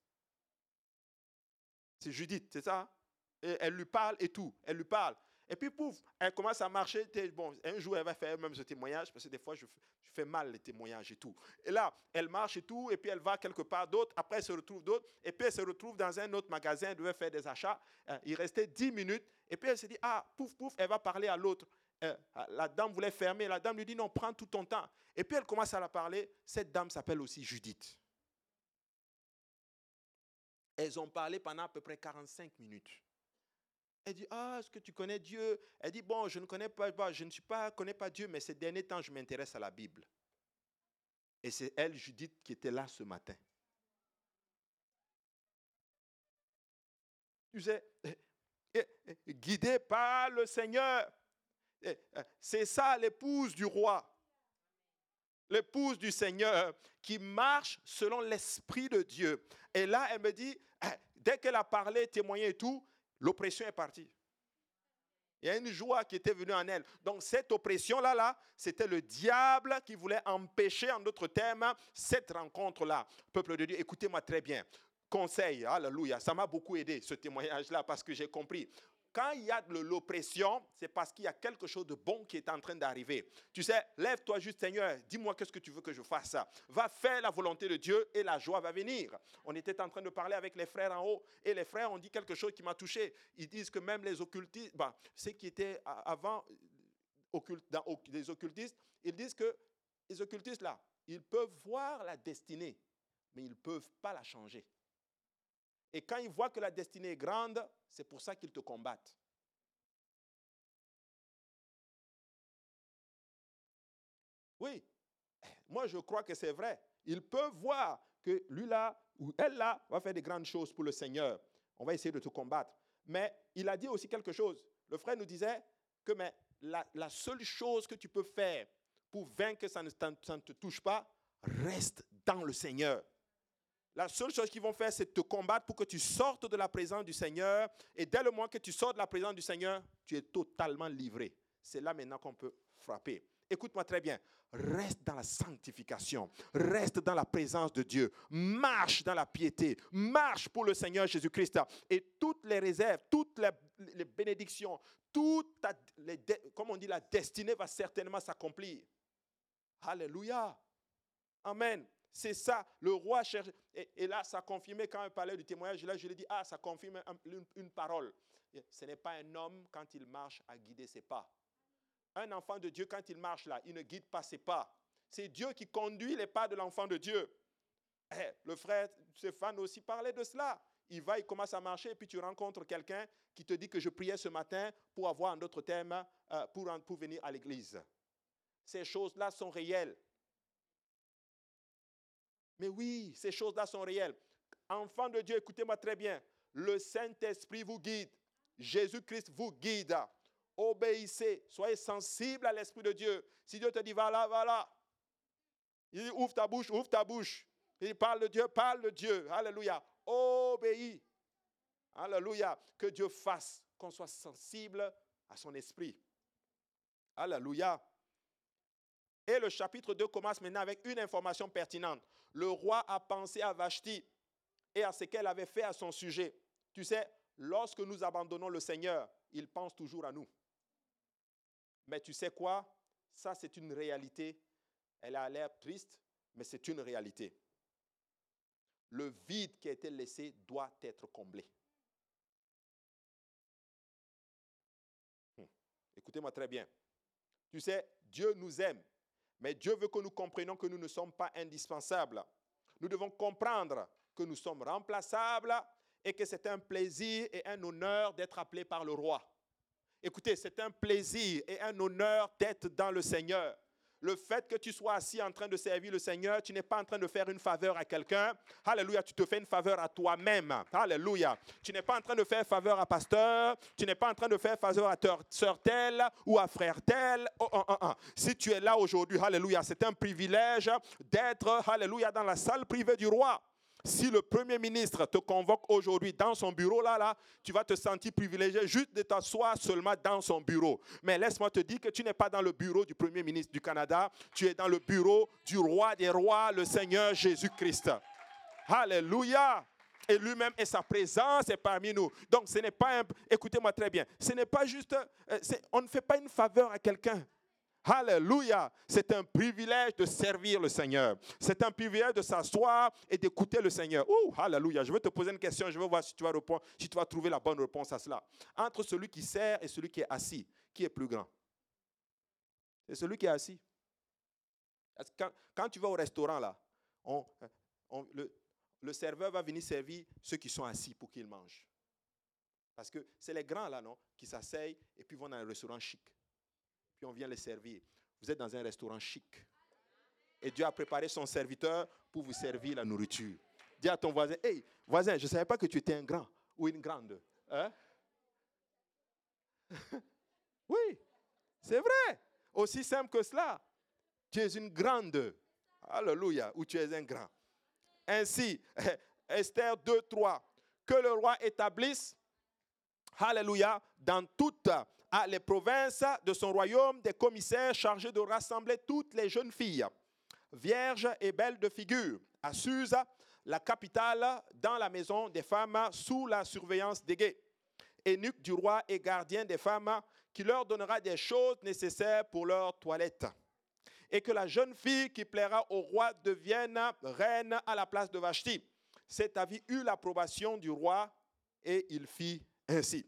C'est Judith, c'est ça? Et elle lui parle et tout. Elle lui parle. Et puis, pouf, elle commence à marcher. Bon, un jour, elle va faire même ce témoignage, parce que des fois, je fais mal les témoignages et tout. Et là, elle marche et tout, et puis elle va quelque part d'autre. Après, elle se retrouve d'autre. Et puis, elle se retrouve dans un autre magasin. Elle devait faire des achats. Il restait 10 minutes. Et puis, elle se dit, ah, pouf, pouf, elle va parler à l'autre. La dame voulait fermer. La dame lui dit, non, prends tout ton temps. Et puis, elle commence à la parler. Cette dame s'appelle aussi Judith. Elles ont parlé pendant à peu près 45 minutes. Elle dit, ah, est-ce que tu connais Dieu? Elle dit, bon, je ne connais pas Dieu, mais ces derniers temps, je m'intéresse à la Bible. Et c'est elle, Judith, qui était là ce matin. Tu sais, guidée par le Seigneur. C'est ça l'épouse du roi. l'épouse du Seigneur, qui marche selon l'Esprit de Dieu. Et là, elle me dit, dès qu'elle a parlé, témoigné et tout, l'oppression est partie. Il y a une joie qui était venue en elle. Donc cette oppression-là, c'était le diable qui voulait empêcher, en d'autres termes, cette rencontre-là. Peuple de Dieu, écoutez-moi très bien. Conseil, alléluia, ça m'a beaucoup aidé ce témoignage-là parce que j'ai compris. Quand il y a de l'oppression, c'est parce qu'il y a quelque chose de bon qui est en train d'arriver. Tu sais, lève-toi juste, Seigneur, dis-moi qu'est-ce que tu veux que je fasse. Va faire la volonté de Dieu et la joie va venir. On était en train de parler avec les frères en haut et les frères ont dit quelque chose qui m'a touché. Ils disent que même les occultistes, ceux qui étaient avant les occultistes, ils disent que les occultistes là, ils peuvent voir la destinée, mais ils ne peuvent pas la changer. Et quand ils voient que la destinée est grande, c'est pour ça qu'ils te combattent. Oui, moi je crois que c'est vrai. Ils peuvent voir que lui là, ou elle là, va faire des grandes choses pour le Seigneur. On va essayer de te combattre. Mais il a dit aussi quelque chose. Le frère nous disait que la seule chose que tu peux faire pour vaincre que ça ne te touche pas, reste dans le Seigneur. La seule chose qu'ils vont faire, c'est te combattre pour que tu sortes de la présence du Seigneur. Et dès le moment que tu sors de la présence du Seigneur, tu es totalement livré. C'est là maintenant qu'on peut frapper. Écoute-moi très bien. Reste dans la sanctification. Reste dans la présence de Dieu. Marche dans la piété. Marche pour le Seigneur Jésus-Christ. Et toutes les réserves, toutes les bénédictions, comme on dit, la destinée va certainement s'accomplir. Alléluia. Amen. C'est ça, le roi cherche. Et là, ça confirmait quand il parlait du témoignage. Là, je lui ai dit, ça confirme une parole. Ce n'est pas un homme, quand il marche, à guider ses pas. Un enfant de Dieu, quand il marche là, il ne guide pas ses pas. C'est Dieu qui conduit les pas de l'enfant de Dieu. Le frère Stéphane aussi parlait de cela. Il commence à marcher, et puis tu rencontres quelqu'un qui te dit que je priais ce matin pour avoir un autre thème, pour venir à l'église. Ces choses-là sont réelles. Mais oui, ces choses-là sont réelles. Enfants de Dieu, écoutez-moi très bien. Le Saint-Esprit vous guide. Jésus-Christ vous guide. Obéissez. Soyez sensibles à l'Esprit de Dieu. Si Dieu te dit, va là, va là. Il dit, ouvre ta bouche, ouvre ta bouche. Il dit, parle de Dieu, parle de Dieu. Alléluia. Obéis. Alléluia. Que Dieu fasse qu'on soit sensible à son esprit. Alléluia. Et le chapitre 2 commence maintenant avec une information pertinente. Le roi a pensé à Vashti et à ce qu'elle avait fait à son sujet. Tu sais, lorsque nous abandonnons le Seigneur, il pense toujours à nous. Mais tu sais quoi? Ça, c'est une réalité. Elle a l'air triste, mais c'est une réalité. Le vide qui a été laissé doit être comblé. Écoutez-moi très bien. Tu sais, Dieu nous aime. Mais Dieu veut que nous comprenions que nous ne sommes pas indispensables. Nous devons comprendre que nous sommes remplaçables et que c'est un plaisir et un honneur d'être appelés par le roi. Écoutez, c'est un plaisir et un honneur d'être dans le Seigneur. Le fait que tu sois assis en train de servir le Seigneur, tu n'es pas en train de faire une faveur à quelqu'un. Alléluia, tu te fais une faveur à toi-même. Alléluia. Tu n'es pas en train de faire faveur à pasteur. Tu n'es pas en train de faire faveur à sœur telle ou à frère tel. Si tu es là aujourd'hui, alléluia, c'est un privilège d'être, alléluia, dans la salle privée du roi. Si le Premier ministre te convoque aujourd'hui dans son bureau, là, tu vas te sentir privilégié juste de t'asseoir seulement dans son bureau. Mais laisse-moi te dire que tu n'es pas dans le bureau du Premier ministre du Canada, tu es dans le bureau du roi des rois, le Seigneur Jésus-Christ. Alléluia! Et lui-même et sa présence est parmi nous. Donc ce n'est pas, écoutez-moi très bien, ce n'est pas juste, on ne fait pas une faveur à quelqu'un. Alléluia, c'est un privilège de servir le Seigneur. C'est un privilège de s'asseoir et d'écouter le Seigneur. Alléluia, je vais te poser une question, je vais voir si tu vas répondre, si tu vas trouver la bonne réponse à cela. Entre celui qui sert et celui qui est assis, qui est plus grand? C'est celui qui est assis. Quand tu vas au restaurant, là, le serveur va venir servir ceux qui sont assis pour qu'ils mangent. Parce que c'est les grands, là, non, qui s'asseyent et puis vont dans un restaurant chic. Puis on vient les servir. Vous êtes dans un restaurant chic. Et Dieu a préparé son serviteur pour vous servir la nourriture. Dis à ton voisin, hey, voisin, je ne savais pas que tu étais un grand ou une grande. Hein? Oui, c'est vrai. Aussi simple que cela. Tu es une grande. Alléluia, où tu es un grand. Ainsi, Esther 2, 3, que le roi établisse, alléluia, dans toutes les provinces de son royaume des commissaires chargés de rassembler toutes les jeunes filles, vierges et belles de figure, à Suse, la capitale, dans la maison des femmes, sous la surveillance d'Égée, eunuque du roi et gardien des femmes, qui leur donnera des choses nécessaires pour leur toilette. Et que la jeune fille qui plaira au roi devienne reine à la place de Vashti. Cet avis eut l'approbation du roi et il fit ainsi.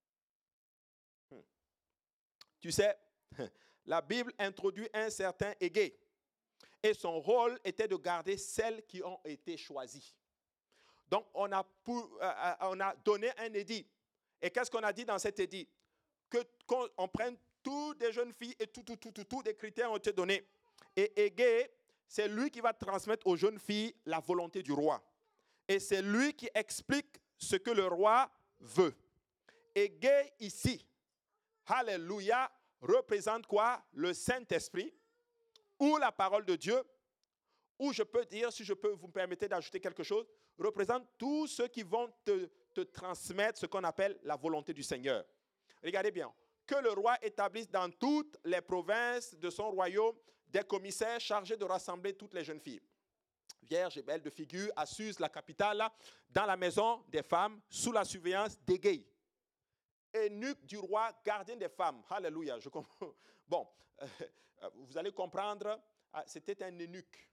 Tu sais, la Bible introduit un certain Égée. Et son rôle était de garder celles qui ont été choisies. Donc, on a donné un édit. Et qu'est-ce qu'on a dit dans cet édit? Qu'on prenne toutes des jeunes filles et tous des critères ont été donnés. Et Égée, c'est lui qui va transmettre aux jeunes filles la volonté du roi. Et c'est lui qui explique ce que le roi veut. Égée ici, alléluia, représente quoi? Le Saint-Esprit ou la parole de Dieu, ou je peux dire, si je peux vous me permettez d'ajouter quelque chose, représente tous ceux qui vont te transmettre ce qu'on appelle la volonté du Seigneur. Regardez bien, que le roi établisse dans toutes les provinces de son royaume des commissaires chargés de rassembler toutes les jeunes filles, vierges et belles de figure, à Suse, la capitale, dans la maison des femmes, sous la surveillance d'Égée, eunuque du roi, gardien des femmes. Alléluia. Je comprends. Bon, vous allez comprendre, c'était un eunuque.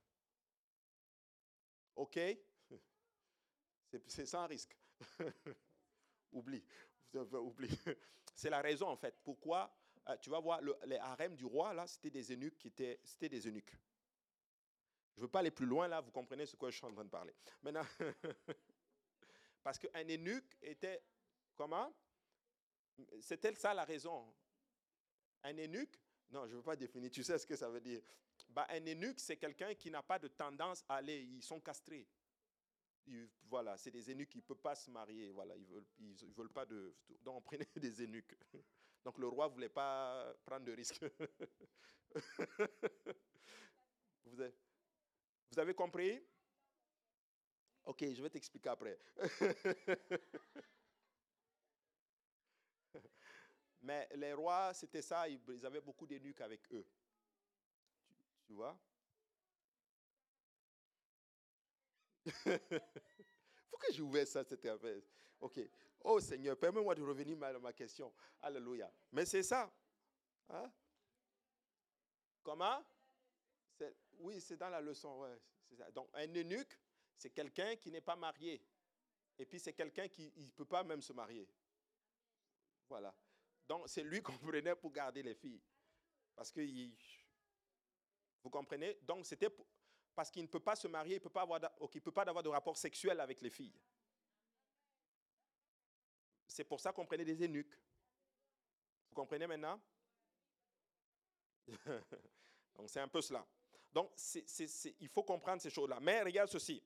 OK? C'est sans risque. Oublie. C'est la raison, en fait, pourquoi, tu vas voir, les harems du roi, là, c'était des eunuques c'était des eunuques. Je ne veux pas aller plus loin, là, vous comprenez ce que je suis en train de parler. Maintenant, parce qu'un eunuque était, comment? C'était ça la raison. Un eunuque, non, je ne veux pas définir, tu sais ce que ça veut dire. Un eunuque, c'est quelqu'un qui n'a pas de tendance à aller, ils sont castrés. Voilà, c'est des eunuques qui ne peuvent pas se marier. Voilà, ils veulent pas de... Donc, on prenait des eunuques. Donc, le roi ne voulait pas prendre de risques. Vous avez compris? Ok, je vais t'expliquer après. Mais les rois, c'était ça, ils avaient beaucoup d'eunuques avec eux. Tu vois? Pourquoi j'ai ouvert ça, cette affaire? Ok. Oh Seigneur, permets-moi de revenir à ma question. Alléluia. Mais c'est ça. Hein? Comment? Oui, c'est dans la leçon. Ouais, c'est ça. Donc, un eunuque, c'est quelqu'un qui n'est pas marié. Et puis, c'est quelqu'un qui ne peut pas même se marier. Voilà. Donc, c'est lui qu'on prenait pour garder les filles. Parce que, vous comprenez? Donc, c'était parce qu'il ne peut pas se marier, il ne peut pas avoir de rapport sexuel avec les filles. C'est pour ça qu'on prenait des eunuques. Vous comprenez maintenant? Donc, c'est un peu cela. Donc, il faut comprendre ces choses-là. Mais regarde ceci.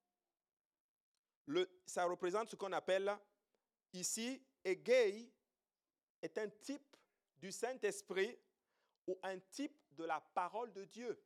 Ça représente ce qu'on appelle ici, Égée est un type du Saint-Esprit ou un type de la parole de Dieu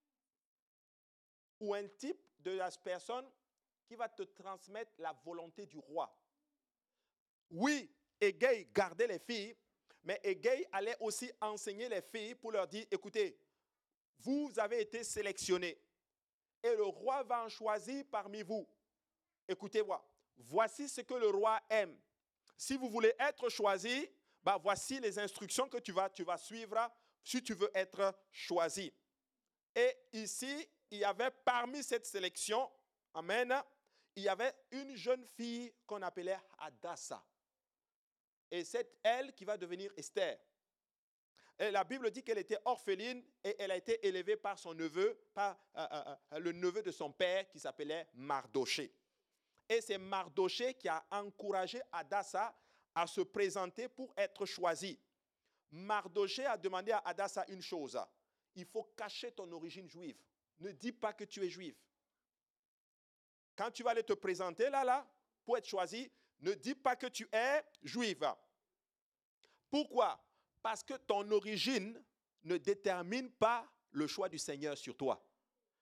ou un type de la personne qui va te transmettre la volonté du roi. Oui, Égée gardait les filles, mais Égée allait aussi enseigner les filles pour leur dire, écoutez, vous avez été sélectionnés et le roi va en choisir parmi vous. Écoutez-moi, voici ce que le roi aime. Si vous voulez être choisi, voici les instructions que tu vas suivre si tu veux être choisi. Et ici, il y avait parmi cette sélection, amen, il y avait une jeune fille qu'on appelait Hadassah. Et c'est elle qui va devenir Esther. Et la Bible dit qu'elle était orpheline et elle a été élevée par son neveu, par le neveu de son père qui s'appelait Mardoché. Et c'est Mardoché qui a encouragé Hadassah à se présenter pour être choisi. Mardoché a demandé à Hadassah une chose. Il faut cacher ton origine juive. Ne dis pas que tu es juif. Quand tu vas aller te présenter là, pour être choisi, ne dis pas que tu es juive. Pourquoi? Parce que ton origine ne détermine pas le choix du Seigneur sur toi.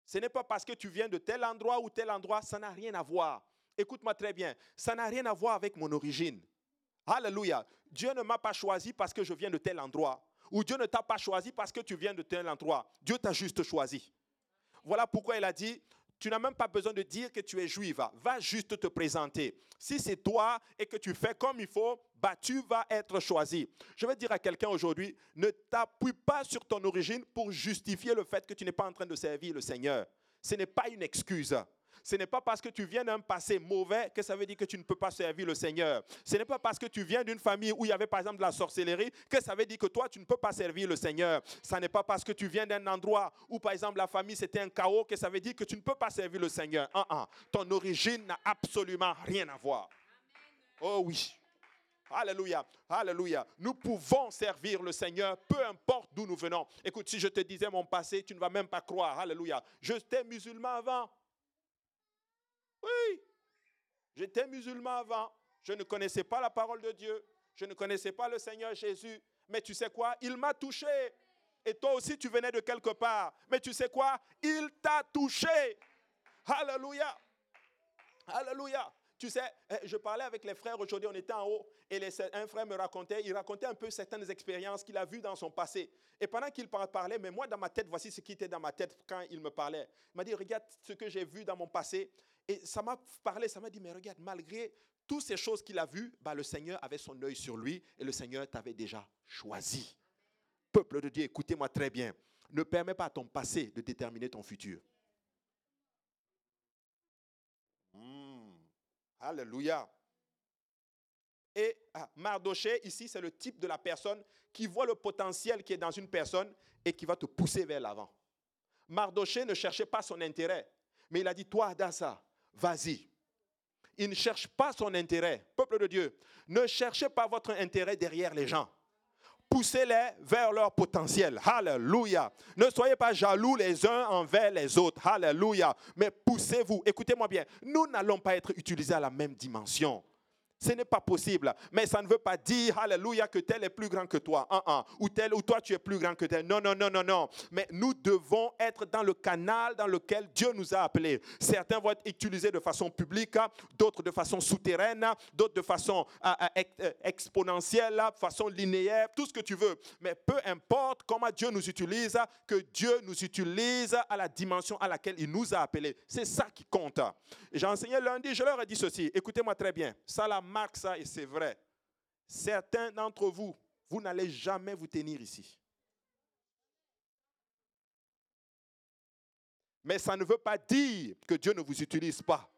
Ce n'est pas parce que tu viens de tel endroit ou tel endroit, ça n'a rien à voir. Écoute-moi très bien, ça n'a rien à voir avec mon origine. Alléluia. Dieu ne m'a pas choisi parce que je viens de tel endroit. Ou Dieu ne t'a pas choisi parce que tu viens de tel endroit. Dieu t'a juste choisi. Voilà pourquoi il a dit, tu n'as même pas besoin de dire que tu es juif. Va juste te présenter. Si c'est toi et que tu fais comme il faut, tu vas être choisi. Je vais dire à quelqu'un aujourd'hui, ne t'appuie pas sur ton origine pour justifier le fait que tu n'es pas en train de servir le Seigneur. Ce n'est pas une excuse. Ce n'est pas parce que tu viens d'un passé mauvais que ça veut dire que tu ne peux pas servir le Seigneur. Ce n'est pas parce que tu viens d'une famille où il y avait par exemple de la sorcellerie que ça veut dire que toi tu ne peux pas servir le Seigneur. Ce n'est pas parce que tu viens d'un endroit où par exemple la famille c'était un chaos que ça veut dire que tu ne peux pas servir le Seigneur. Ton origine n'a absolument rien à voir. Oh oui. Alléluia, alléluia. Nous pouvons servir le Seigneur, peu importe d'où nous venons. Écoute, si je te disais mon passé, tu ne vas même pas croire. Alléluia. J'étais musulman avant. Oui, j'étais musulman avant. Je ne connaissais pas la parole de Dieu. Je ne connaissais pas le Seigneur Jésus. Mais tu sais quoi? Il m'a touché. Et toi aussi, tu venais de quelque part. Mais tu sais quoi? Il t'a touché. Alléluia. Alléluia. Tu sais, je parlais avec les frères aujourd'hui, on était en haut, et un frère me racontait, il racontait un peu certaines expériences qu'il a vues dans son passé. Et pendant qu'il parlait, mais moi dans ma tête, voici ce qui était dans ma tête quand il me parlait. Il m'a dit, regarde ce que j'ai vu dans mon passé. Et ça m'a parlé, ça m'a dit, mais regarde, malgré toutes ces choses qu'il a vues, le Seigneur avait son œil sur lui, et le Seigneur t'avait déjà choisi. Peuple de Dieu, écoutez-moi très bien. Ne permets pas à ton passé de déterminer ton futur. Alléluia. Et Mardoché, ici, c'est le type de la personne qui voit le potentiel qui est dans une personne et qui va te pousser vers l'avant. Mardoché ne cherchait pas son intérêt, mais il a dit, toi, Hadassa, vas-y. Il ne cherche pas son intérêt. Peuple de Dieu, ne cherchez pas votre intérêt derrière les gens. Poussez-les vers leur potentiel. Alléluia. Ne soyez pas jaloux les uns envers les autres. Alléluia. Mais poussez-vous. Écoutez-moi bien. Nous n'allons pas être utilisés à la même dimension. Ce n'est pas possible. Mais ça ne veut pas dire, alléluia, que tel est plus grand que toi. Ou tel ou toi tu es plus grand que tel. Non, non, non, non, non. Mais nous devons être dans le canal dans lequel Dieu nous a appelés. Certains vont être utilisés de façon publique, d'autres de façon souterraine, d'autres de façon exponentielle, de façon linéaire, tout ce que tu veux. Mais peu importe comment Dieu nous utilise, que Dieu nous utilise à la dimension à laquelle il nous a appelés. C'est ça qui compte. J'ai enseigné lundi, je leur ai dit ceci. Écoutez-moi très bien. Ça la marque ça et c'est vrai. Certains d'entre vous, vous n'allez jamais vous tenir ici. Mais ça ne veut pas dire que Dieu ne vous utilise pas.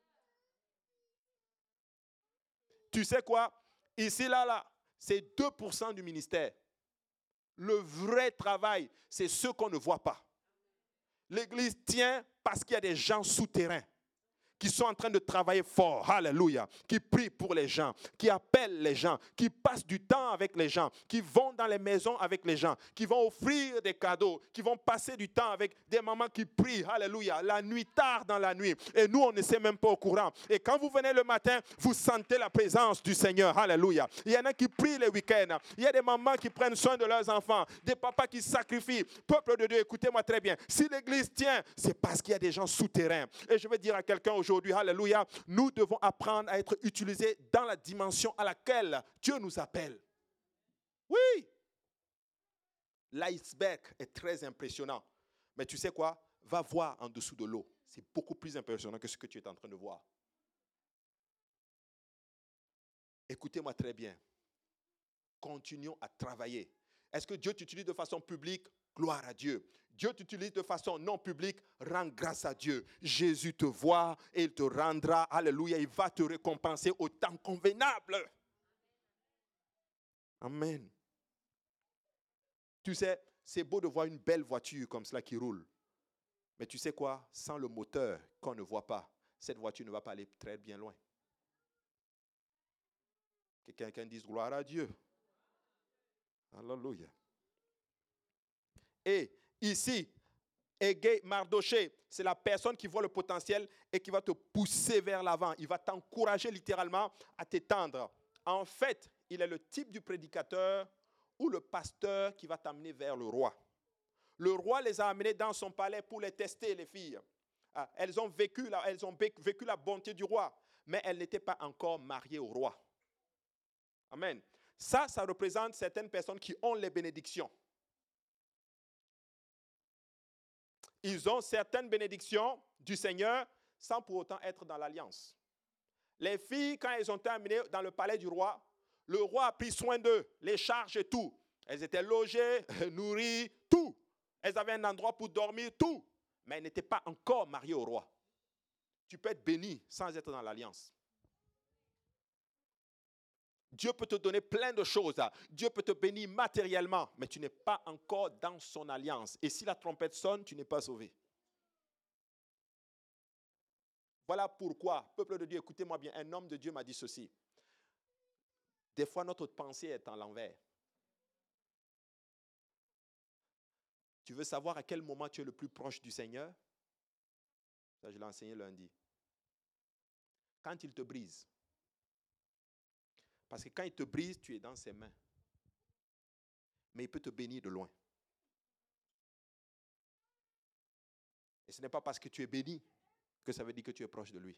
Tu sais quoi? Ici, là, c'est 2% du ministère. Le vrai travail, c'est ce qu'on ne voit pas. L'Église tient parce qu'il y a des gens souterrains qui sont en train de travailler fort, alléluia, qui prient pour les gens, qui appellent les gens, qui passent du temps avec les gens, qui vont dans les maisons avec les gens, qui vont offrir des cadeaux, qui vont passer du temps avec des mamans qui prient, alléluia, la nuit, tard dans la nuit. Et nous, on ne sait même pas au courant. Et quand vous venez le matin, vous sentez la présence du Seigneur, alléluia. Il y en a qui prient les week-ends, il y a des mamans qui prennent soin de leurs enfants, des papas qui sacrifient. Peuple de Dieu, écoutez-moi très bien. Si l'Église tient, c'est parce qu'il y a des gens souterrains. Et je vais dire à quelqu'un aujourd'hui, alléluia, nous devons apprendre à être utilisés dans la dimension à laquelle Dieu nous appelle. Oui, l'iceberg est très impressionnant. Mais tu sais quoi? Va voir en dessous de l'eau. C'est beaucoup plus impressionnant que ce que tu es en train de voir. Écoutez-moi très bien. Continuons à travailler. Est-ce que Dieu t'utilise de façon publique? Gloire à Dieu. Dieu t'utilise de façon non publique, rends grâce à Dieu. Jésus te voit et il te rendra, alléluia, il va te récompenser au temps convenable. Amen. Tu sais, c'est beau de voir une belle voiture comme cela qui roule. Mais tu sais quoi? Sans le moteur qu'on ne voit pas, cette voiture ne va pas aller très bien loin. Que quelqu'un dise gloire à Dieu. Alléluia. Et ici, Égé, Mardoché, c'est la personne qui voit le potentiel et qui va te pousser vers l'avant. Il va t'encourager littéralement à t'étendre. En fait, il est le type du prédicateur ou le pasteur qui va t'amener vers le roi. Le roi les a amenées dans son palais pour les tester, les filles. Elles ont vécu la bonté du roi, mais elles n'étaient pas encore mariées au roi. Amen. Ça représente certaines personnes qui ont les bénédictions. Ils ont certaines bénédictions du Seigneur sans pour autant être dans l'alliance. Les filles, quand elles ont été amenées dans le palais du roi, le roi a pris soin d'eux, les charges et tout. Elles étaient logées, nourries, tout. Elles avaient un endroit pour dormir, tout. Mais elles n'étaient pas encore mariées au roi. Tu peux être béni sans être dans l'alliance. Dieu peut te donner plein de choses. Dieu peut te bénir matériellement, mais tu n'es pas encore dans son alliance. Et si la trompette sonne, tu n'es pas sauvé. Voilà pourquoi, peuple de Dieu, écoutez-moi bien, un homme de Dieu m'a dit ceci. Des fois, notre pensée est en l'envers. Tu veux savoir à quel moment tu es le plus proche du Seigneur? Ça, je l'ai enseigné lundi. Quand il te brise. Parce que quand il te brise, tu es dans ses mains. Mais il peut te bénir de loin. Et ce n'est pas parce que tu es béni que ça veut dire que tu es proche de lui.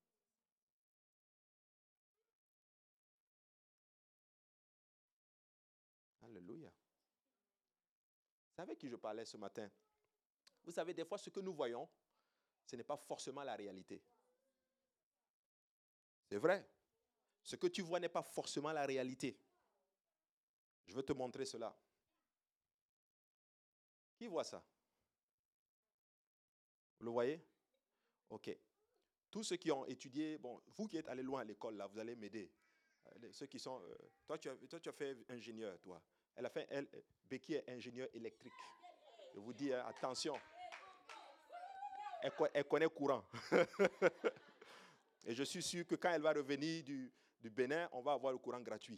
Alléluia. Vous savez qui je parlais ce matin? Vous savez, des fois, ce que nous voyons, ce n'est pas forcément la réalité. C'est vrai. Ce que tu vois n'est pas forcément la réalité. Je veux te montrer cela. Qui voit ça? Vous le voyez? Ok. Tous ceux qui ont étudié, bon, vous qui êtes allés loin à l'école, là, vous allez m'aider. Ceux qui sont, toi, tu as fait ingénieur, toi. Becky est ingénieur électrique. Je vous dis, attention. Elle connaît courant. Et je suis sûr que quand elle va revenir du Bénin, on va avoir le courant gratuit.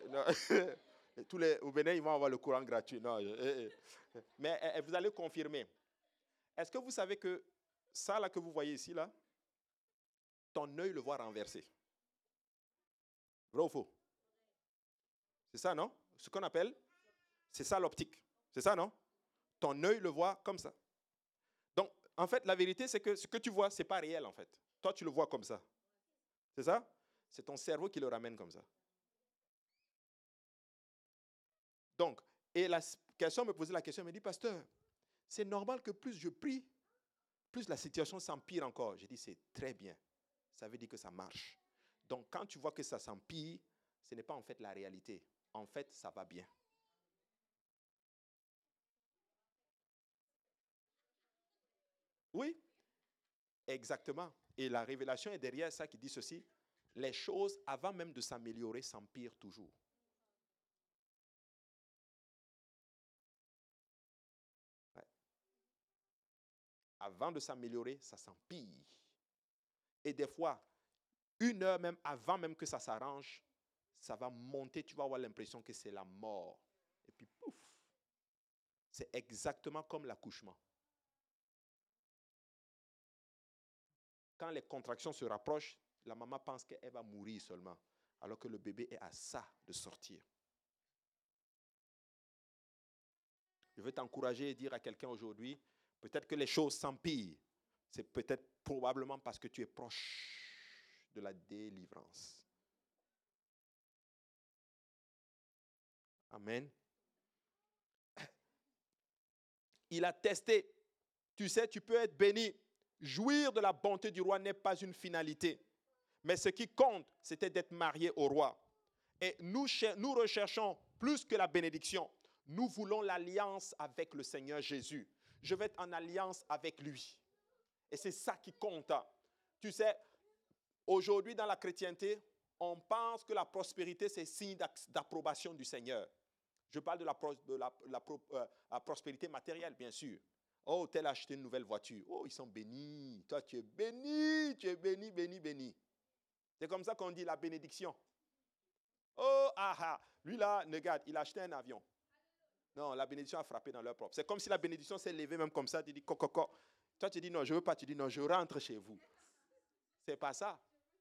Au Bénin, ils vont avoir le courant gratuit. Non, mais vous allez confirmer. Est-ce que vous savez que ça là que vous voyez ici, là, ton œil le voit renversé? Vrai ou faux? C'est ça, non? Ce qu'on appelle, c'est ça l'optique. C'est ça, non? Ton œil le voit comme ça. Donc, en fait, la vérité, c'est que ce que tu vois, ce n'est pas réel, en fait. Toi, tu le vois comme ça. C'est ça? C'est ton cerveau qui le ramène comme ça. Donc, et la question me posait la question, elle me dit, pasteur, c'est normal que plus je prie, plus la situation s'empire encore. J'ai dit, c'est très bien. Ça veut dire que ça marche. Donc, quand tu vois que ça s'empire, ce n'est pas en fait la réalité. En fait, ça va bien. Oui, exactement. Et la révélation est derrière ça qui dit ceci. Les choses, avant même de s'améliorer, s'empirent toujours. Ouais. Avant de s'améliorer, ça s'empire. Et des fois, 1 heure même avant même que ça s'arrange, ça va monter, tu vas avoir l'impression que c'est la mort. Et puis, pouf, c'est exactement comme l'accouchement. Quand les contractions se rapprochent, la maman pense qu'elle va mourir seulement, alors que le bébé est à ça de sortir. Je veux t'encourager et dire à quelqu'un aujourd'hui, peut-être que les choses s'empirent. C'est peut-être probablement parce que tu es proche de la délivrance. Amen. Il a testé. Tu sais, tu peux être béni. Jouir de la bonté du roi n'est pas une finalité. Mais ce qui compte, c'était d'être marié au roi. Et nous recherchons plus que la bénédiction. Nous voulons l'alliance avec le Seigneur Jésus. Je vais être en alliance avec lui. Et c'est ça qui compte. Tu sais, aujourd'hui dans la chrétienté, on pense que la prospérité, c'est signe d'approbation du Seigneur. Je parle de la prospérité matérielle, bien sûr. Oh, tel a acheté une nouvelle voiture. Oh, ils sont bénis. Toi, tu es béni, béni, béni. C'est comme ça qu'on dit la bénédiction. Oh, lui là, regarde, il a acheté un avion. Non, la bénédiction a frappé dans leur propre. C'est comme si la bénédiction s'est levée même comme ça. Tu dis, coco. Toi, tu dis, non, je ne veux pas. Tu dis, non, je rentre chez vous. C'est pas ça.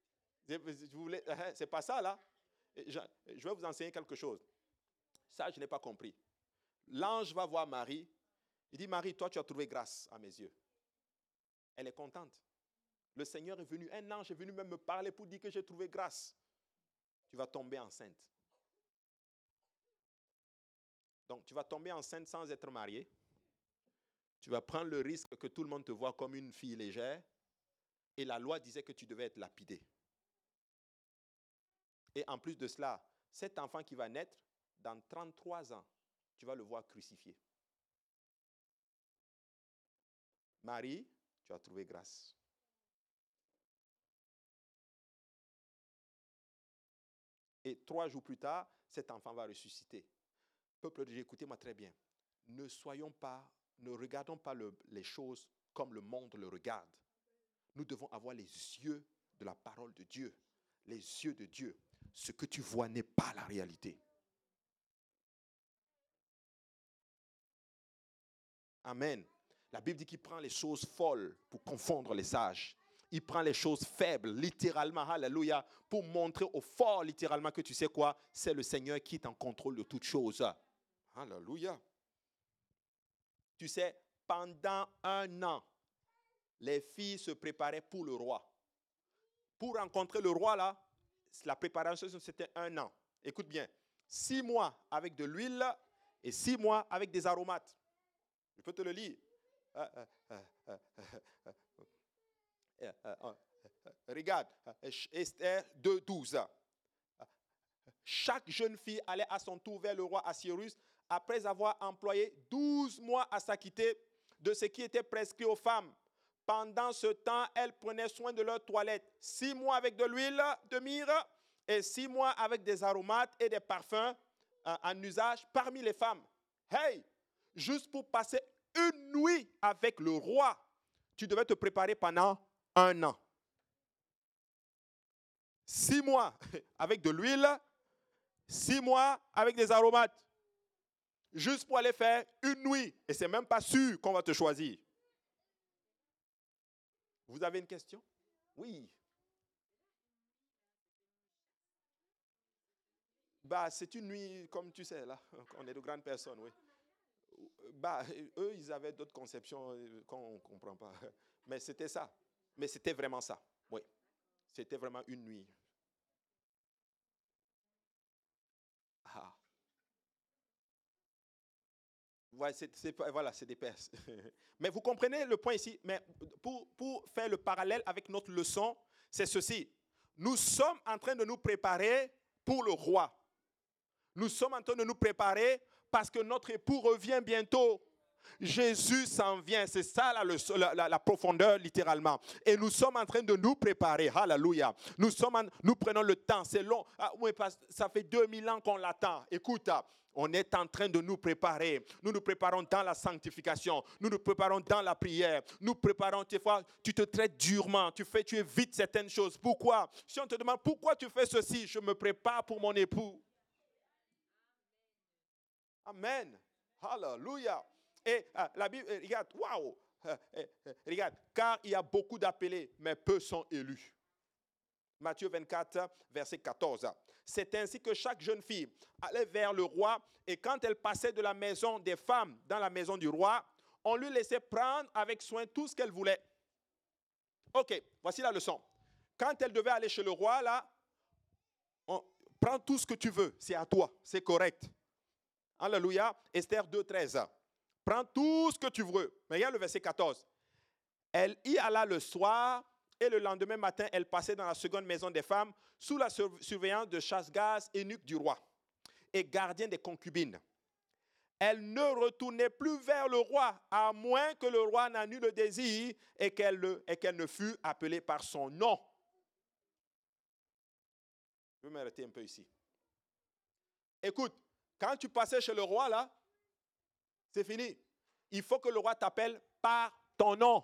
C'est pas ça, là. Je vais vous enseigner quelque chose. Ça, je n'ai pas compris. L'ange va voir Marie Il dit, Marie, toi, tu as trouvé grâce à mes yeux. Elle est contente. Le Seigneur est venu, un ange est venu même me parler pour dire que j'ai trouvé grâce. Tu vas tomber enceinte. Donc, tu vas tomber enceinte sans être mariée. Tu vas prendre le risque que tout le monde te voit comme une fille légère. Et la loi disait que tu devais être lapidée. Et en plus de cela, cet enfant qui va naître, dans 33 ans, tu vas le voir crucifié. Marie, tu as trouvé grâce. Et 3 jours plus tard, cet enfant va ressusciter. Peuple de Dieu, écoutez-moi très bien. Ne regardons pas les choses comme le monde le regarde. Nous devons avoir les yeux de la parole de Dieu. Les yeux de Dieu. Ce que tu vois n'est pas la réalité. Amen. La Bible dit qu'il prend les choses folles pour confondre les sages. Il prend les choses faibles, littéralement, alléluia, pour montrer aux forts, littéralement, que tu sais quoi, c'est le Seigneur qui est en contrôle de toutes choses. Alléluia. Tu sais, pendant 1 an, les filles se préparaient pour le roi. Pour rencontrer le roi, là, la préparation, c'était 1 an. Écoute bien, 6 mois avec de l'huile et 6 mois avec des aromates. Je peux te le lire. Regarde, Esther 2:12. Chaque jeune fille allait à son tour vers le roi Assuérus après avoir employé 12 mois à s'acquitter de ce qui était prescrit aux femmes. Pendant ce temps, elles prenaient soin de leur toilette. 6 mois avec de l'huile de myrrhe et 6 mois avec des aromates et des parfums en usage parmi les femmes. Hey, juste pour passer une nuit avec le roi, tu devais te préparer pendant 1 an. 6 mois avec de l'huile, 6 mois avec des aromates. Juste pour aller faire une nuit. Et c'est même pas sûr qu'on va te choisir. Vous avez une question? Oui. C'est une nuit, comme tu sais, là. On est de grandes personnes, oui. Eux, ils avaient d'autres conceptions qu'on ne comprend pas. Mais c'était ça. Mais c'était vraiment ça. Oui. C'était vraiment une nuit. Ah. Ouais, c'est des Perses. Mais vous comprenez le point ici. Mais pour faire le parallèle avec notre leçon, c'est ceci. Nous sommes en train de nous préparer pour le roi. Nous sommes en train de nous préparer parce que notre époux revient bientôt. Jésus s'en vient. C'est ça la profondeur littéralement. Et nous sommes en train de nous préparer. Alléluia. Nous prenons le temps. C'est long. Oui, ça fait 2000 ans qu'on l'attend. Écoute, on est en train de nous préparer. Nous nous préparons dans la sanctification. Nous nous préparons dans la prière. Nous préparons, des fois, tu te traites durement. Tu évites certaines choses. Pourquoi? Si on te demande pourquoi tu fais ceci, je me prépare pour mon époux. Amen. Alléluia. Et la Bible, regarde, waouh. Regarde, car il y a beaucoup d'appelés, mais peu sont élus. Matthieu 24, verset 14. C'est ainsi que chaque jeune fille allait vers le roi, et quand elle passait de la maison des femmes dans la maison du roi, on lui laissait prendre avec soin tout ce qu'elle voulait. Ok, voici la leçon. Quand elle devait aller chez le roi, là, prends tout ce que tu veux, c'est à toi, c'est correct. Alléluia. Esther 2:13. Prends tout ce que tu veux. Mais regarde le verset 14. Elle y alla le soir et le lendemain matin, elle passait dans la seconde maison des femmes sous la surveillance de Chasse-Gaz, eunuque du roi et gardien des concubines. Elle ne retournait plus vers le roi, à moins que le roi n'en eût le désir et qu'elle ne fût appelée par son nom. Je vais m'arrêter un peu ici. Écoute, quand tu passais chez le roi, là, c'est fini. Il faut que le roi t'appelle par ton nom.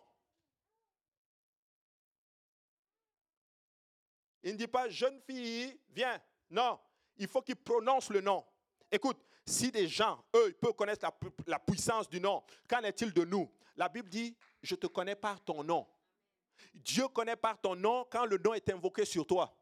Il ne dit pas, jeune fille, viens. Non, il faut qu'il prononce le nom. Écoute, si des gens, eux, ils peuvent connaître la puissance du nom, qu'en est-il de nous? La Bible dit, je te connais par ton nom. Dieu connaît par ton nom quand le nom est invoqué sur toi.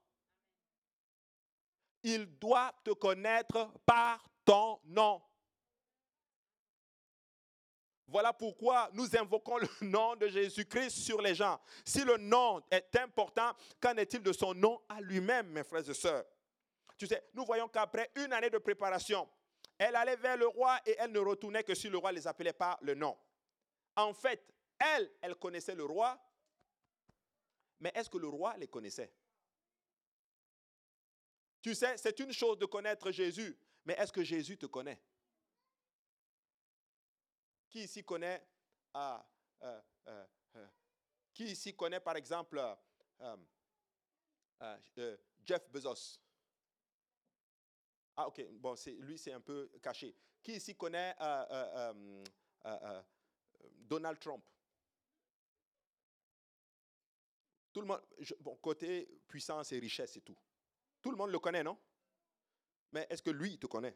Il doit te connaître par ton nom. Voilà pourquoi nous invoquons le nom de Jésus-Christ sur les gens. Si le nom est important, qu'en est-il de son nom à lui-même, mes frères et sœurs? Tu sais, nous voyons qu'après une année de préparation, elle allait vers le roi et elle ne retournait que si le roi les appelait par le nom. En fait, elle connaissait le roi, mais est-ce que le roi les connaissait? Tu sais, c'est une chose de connaître Jésus, mais est-ce que Jésus te connaît? Qui ici connaît, euh, euh, euh, euh, qui ici connaît par exemple Jeff Bezos? Ah ok, bon, lui c'est un peu caché. Qui ici connaît Donald Trump? Tout le monde, bon, côté puissance et richesse et tout. Tout le monde le connaît, non? Mais est-ce que lui, il te connaît?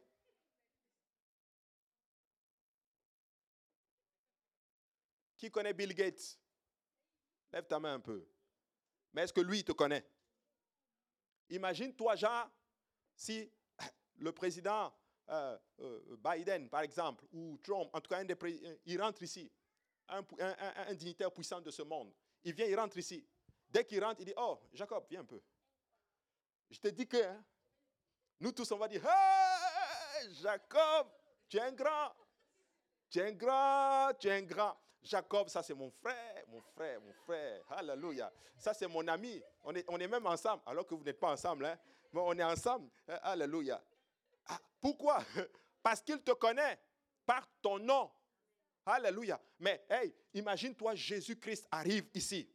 Qui connaît Bill Gates? Lève ta main un peu. Mais est-ce que lui, il te connaît? Imagine-toi, Jean, si le président Biden, par exemple, ou Trump, en tout cas, il rentre ici, un dignitaire puissant de ce monde. Il vient, il rentre ici. Dès qu'il rentre, il dit, oh, Jacob, viens un peu. Je te dis que, hein, nous tous, on va dire, hey, Jacob, tu es un grand. Tu es un grand, tu es un grand. Jacob, ça c'est mon frère, mon frère, mon frère. Alléluia. Ça c'est mon ami. On est même ensemble, alors que vous n'êtes pas ensemble. Hein? Mais on est ensemble. Alléluia. Ah, pourquoi? Parce qu'il te connaît par ton nom. Alléluia. Mais hey, imagine-toi, Jésus-Christ arrive ici.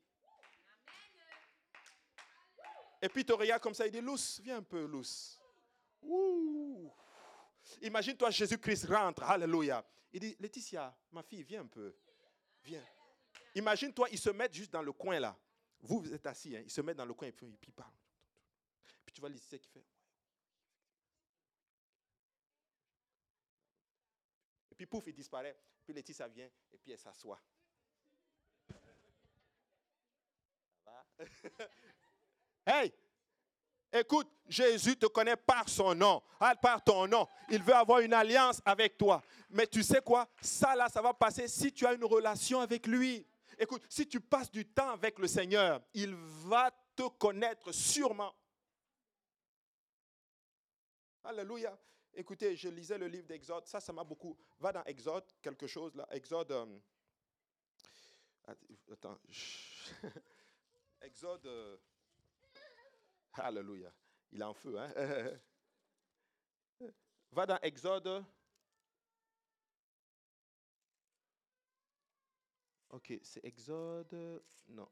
Et puis il te regarde comme ça, il dit, Luce, viens un peu, Luce. Ouh. Imagine-toi, Jésus-Christ rentre. Alléluia. Il dit, Laetitia, ma fille, viens un peu. Viens. Imagine-toi, ils se mettent juste dans le coin là. Vous êtes assis, hein, ils se mettent dans le coin et puis ils parlent. Puis tu vois Laetitia qui fait. Et puis pouf, il disparaît. Puis Laetitia vient et puis elle s'assoit. Hey! Écoute, Jésus te connaît par son nom, par ton nom. Il veut avoir une alliance avec toi. Mais tu sais quoi? Ça là, ça va passer si tu as une relation avec lui. Écoute, si tu passes du temps avec le Seigneur, il va te connaître sûrement. Alléluia. Écoutez, je lisais le livre d'Exode. Ça m'a beaucoup. Va dans Exode, quelque chose là. Exode. Attends. Exode. Alléluia. Il est en feu, hein? Va dans Exode. Ok, c'est Exode. Non.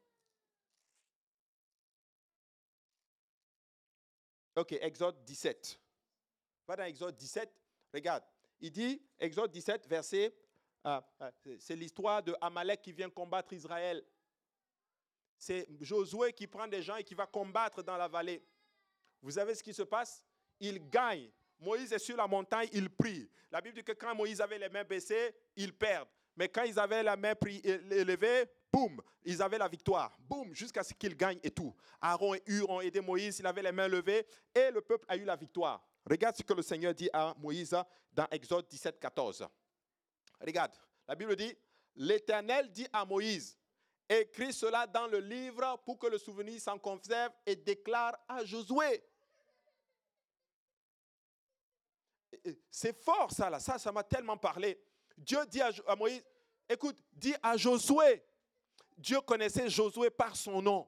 Ok, Exode 17. Va dans Exode 17. Regarde. Il dit, Exode 17, verset. C'est l'histoire de Amalek qui vient combattre Israël. C'est Josué qui prend des gens et qui va combattre dans la vallée. Vous savez ce qui se passe? Il gagne. Moïse est sur la montagne, il prie. La Bible dit que quand Moïse avait les mains baissées, ils perdent. Mais quand ils avaient la main élevée, boum, ils avaient la victoire. Boum, jusqu'à ce qu'ils gagnent et tout. Aaron et Hur ont aidé Moïse, il avait les mains levées et le peuple a eu la victoire. Regarde ce que le Seigneur dit à Moïse dans Exode 17, 14. Regarde, la Bible dit, l'Éternel dit à Moïse, écris cela dans le livre pour que le souvenir s'en conserve et déclare à Josué. C'est fort ça là, ça m'a tellement parlé. Dieu dit à Moïse, écoute, dis à Josué. Dieu connaissait Josué par son nom.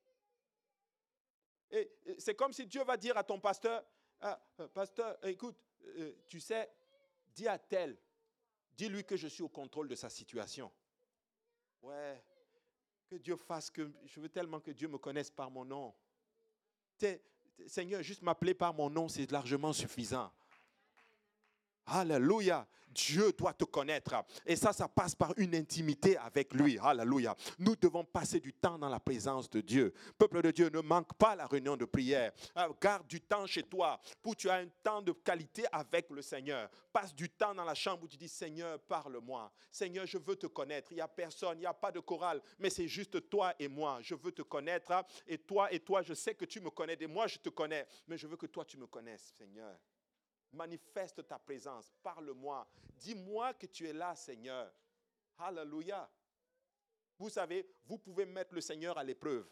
Et c'est comme si Dieu va dire à ton pasteur, pasteur, écoute, tu sais, dis à tel, dis-lui que je suis au contrôle de sa situation. Ouais, que Dieu fasse que, je veux tellement que Dieu me connaisse par mon nom. Seigneur, juste m'appeler par mon nom, c'est largement suffisant. Alléluia. Dieu doit te connaître. Et ça passe par une intimité avec lui. Alléluia. Nous devons passer du temps dans la présence de Dieu. Peuple de Dieu, ne manque pas la réunion de prière. Garde du temps chez toi pour que tu aies un temps de qualité avec le Seigneur. Passe du temps dans la chambre où tu dis, Seigneur, parle-moi. Seigneur, je veux te connaître. Il n'y a personne, il n'y a pas de chorale, mais c'est juste toi et moi. Je veux te connaître. Et toi, je sais que tu me connais. Et moi, je te connais. Mais je veux que toi, tu me connaisses, Seigneur. Manifeste ta présence, parle-moi, dis-moi que tu es là, Seigneur. Alléluia. Vous savez, vous pouvez mettre le Seigneur à l'épreuve.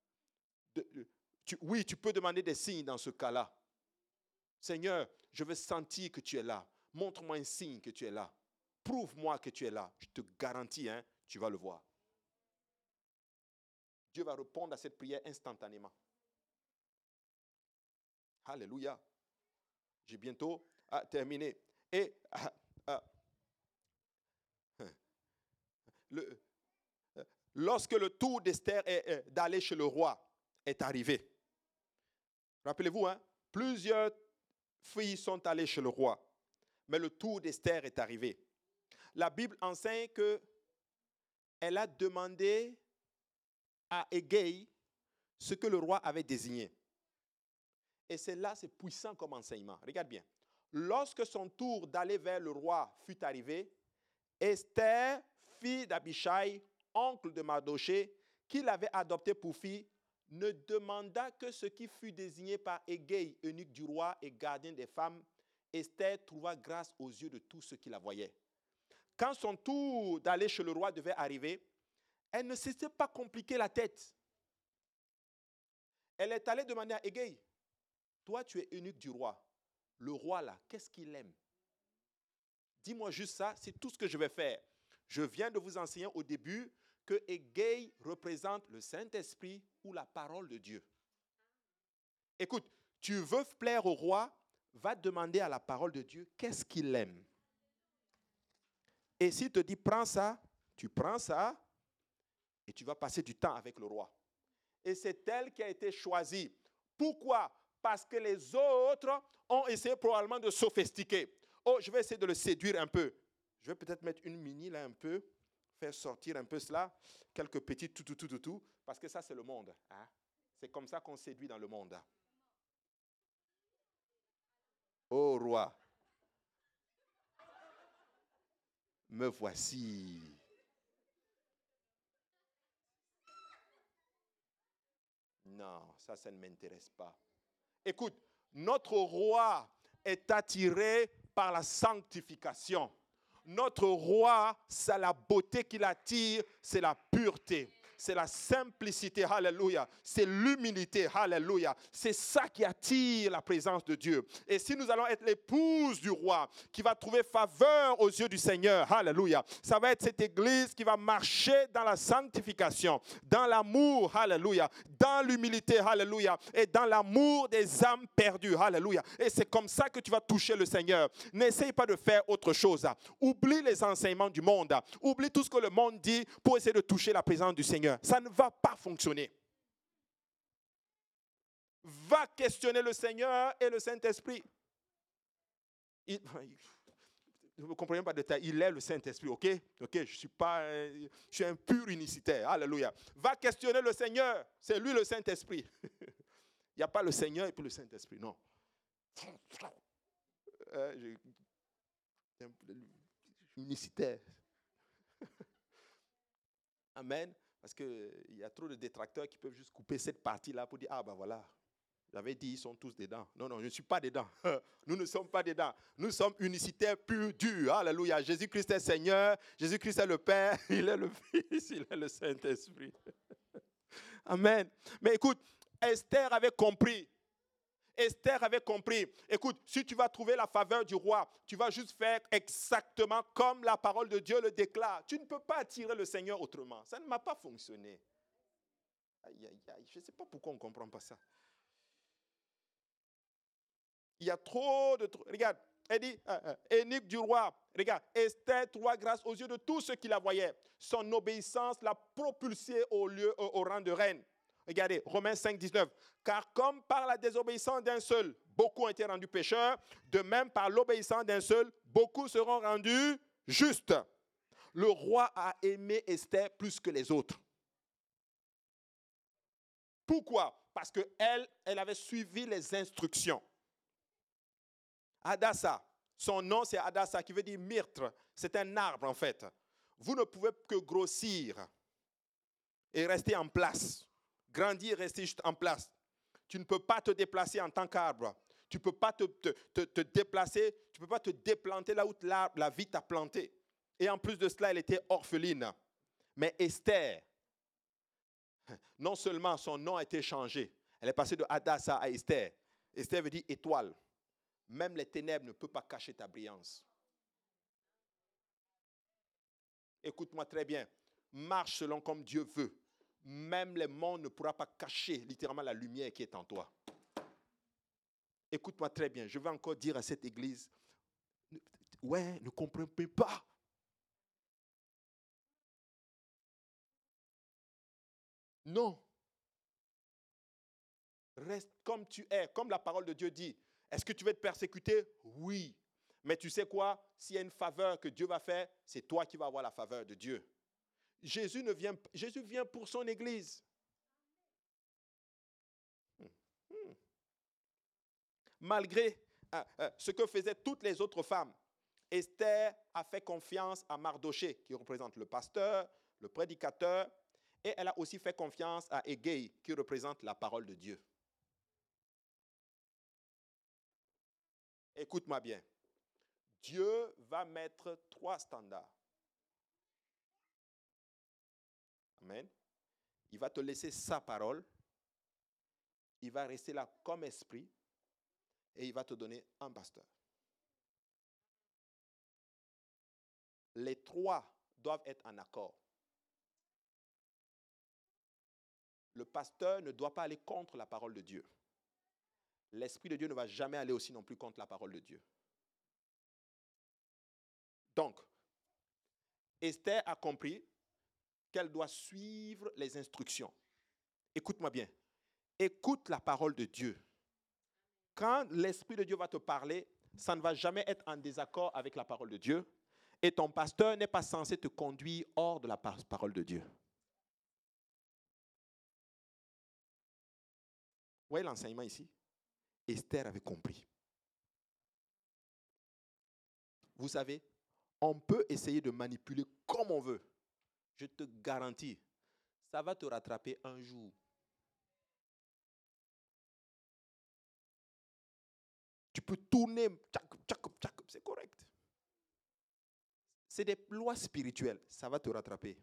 Oui, tu peux demander des signes dans ce cas-là. Seigneur, je veux sentir que tu es là. Montre-moi un signe que tu es là. Prouve-moi que tu es là. Je te garantis, tu vas le voir. Dieu va répondre à cette prière instantanément. Alléluia. J'ai bientôt terminé. Et lorsque le tour d'Esther d'aller chez le roi est arrivé, rappelez-vous, plusieurs filles sont allées chez le roi, mais le tour d'Esther est arrivé. La Bible enseigne qu'elle a demandé à Hegai ce que le roi avait désigné. Et c'est puissant comme enseignement. Regarde bien. Lorsque son tour d'aller vers le roi fut arrivé, Esther, fille d'Abichai, oncle de Mardoché, qui l'avait adopté pour fille, ne demanda que ce qui fut désigné par Hegai, eunuque du roi et gardien des femmes. Esther trouva grâce aux yeux de tous ceux qui la voyaient. Quand son tour d'aller chez le roi devait arriver, elle ne s'était pas compliqué la tête. Elle est allée demander à Hegai, toi tu es eunuque du roi. Le roi là, qu'est-ce qu'il aime? Dis-moi juste ça, c'est tout ce que je vais faire. Je viens de vous enseigner au début que Hegai représente le Saint-Esprit ou la parole de Dieu. Écoute, tu veux plaire au roi, va demander à la parole de Dieu qu'est-ce qu'il aime. Et s'il te dit prends ça, tu prends ça et tu vas passer du temps avec le roi. Et c'est elle qui a été choisie. Pourquoi? Parce que les autres ont essayé probablement de sophistiquer. Oh, je vais essayer de le séduire un peu. Je vais peut-être mettre une mini là un peu, faire sortir un peu cela, quelques petits tout, parce que ça c'est le monde. C'est comme ça qu'on séduit dans le monde. Oh roi, me voici. Non, ça ne m'intéresse pas. Écoute, notre roi est attiré par la sanctification. Notre roi, c'est la beauté qui l'attire, c'est la pureté. C'est la simplicité, alléluia. C'est l'humilité, alléluia. C'est ça qui attire la présence de Dieu. Et si nous allons être l'épouse du roi, qui va trouver faveur aux yeux du Seigneur, alléluia. Ça va être cette église qui va marcher dans la sanctification, dans l'amour, alléluia. Dans l'humilité, alléluia. Et dans l'amour des âmes perdues, alléluia. Et c'est comme ça que tu vas toucher le Seigneur. N'essaye pas de faire autre chose. Oublie les enseignements du monde. Oublie tout ce que le monde dit pour essayer de toucher la présence du Seigneur. Ça ne va pas fonctionner. Va questionner le Seigneur et le Saint-Esprit. Vous ne comprenez pas de détail. Il est le Saint-Esprit, ok? Je suis un pur unicitaire. Alléluia. Va questionner le Seigneur. C'est lui le Saint-Esprit. Il n'y a pas le Seigneur et puis le Saint-Esprit, non. Unicitaire. Amen. Parce qu'il y a trop de détracteurs qui peuvent juste couper cette partie-là pour dire, voilà, j'avais dit, ils sont tous dedans. Non, je ne suis pas dedans. Nous ne sommes pas dedans. Nous sommes unicitaires purs, durs. Alléluia. Jésus-Christ est Seigneur. Jésus-Christ est le Père. Il est le Fils. Il est le Saint-Esprit. Amen. Mais écoute, Esther avait compris. Écoute, si tu vas trouver la faveur du roi, tu vas juste faire exactement comme la parole de Dieu le déclare. Tu ne peux pas attirer le Seigneur autrement. Ça ne m'a pas fonctionné. Aïe. Je ne sais pas pourquoi on ne comprend pas ça. Il y a trop de... Regarde, elle dit, eunuque du roi. Regarde, Esther trouva grâce aux yeux de tous ceux qui la voyaient. Son obéissance l'a propulsée au rang de reine. Regardez, Romains 5, 19. Car comme par la désobéissance d'un seul, beaucoup ont été rendus pécheurs, de même par l'obéissance d'un seul, beaucoup seront rendus justes. Le roi a aimé Esther plus que les autres. Pourquoi? Parce qu'elle avait suivi les instructions. Hadassa, son nom c'est Hadassa qui veut dire myrte. C'est un arbre en fait. Vous ne pouvez que grossir et rester en place. Grandir et rester juste en place. Tu ne peux pas te déplacer en tant qu'arbre. Tu ne peux pas te déplacer, tu ne peux pas te déplanter là où la vie t'a planté. Et en plus de cela, elle était orpheline. Mais Esther, non seulement son nom a été changé, elle est passée de Hadassah à Esther. Esther veut dire étoile. Même les ténèbres ne peuvent pas cacher ta brillance. Écoute-moi très bien. Marche selon comme Dieu veut. Même le monde ne pourra pas cacher littéralement la lumière qui est en toi. Écoute-moi très bien. Je vais encore dire à cette église, ouais, ne comprenez pas. Non. Reste comme tu es, comme la parole de Dieu dit. Est-ce que tu veux être persécuté? Oui. Mais tu sais quoi? S'il y a une faveur que Dieu va faire, c'est toi qui vas avoir la faveur de Dieu. Jésus vient pour son église. Malgré ce que faisaient toutes les autres femmes, Esther a fait confiance à Mardoché, qui représente le pasteur, le prédicateur, et elle a aussi fait confiance à Égée, qui représente la parole de Dieu. Écoute-moi bien. Dieu va mettre 3 standards. Amen. Il va te laisser sa parole. Il va rester là comme esprit. Et il va te donner un pasteur. Les 3 doivent être en accord. Le pasteur ne doit pas aller contre la parole de Dieu. L'Esprit de Dieu ne va jamais aller aussi non plus contre la parole de Dieu. Donc, Esther a compris qu'elle doit suivre les instructions. Écoute-moi bien. Écoute la parole de Dieu. Quand l'Esprit de Dieu va te parler, ça ne va jamais être en désaccord avec la parole de Dieu. Et ton pasteur n'est pas censé te conduire hors de la parole de Dieu. Vous voyez l'enseignement ici? Esther avait compris. Vous savez, on peut essayer de manipuler comme on veut. Je te garantis, ça va te rattraper un jour. Tu peux tourner, c'est correct. C'est des lois spirituelles, ça va te rattraper.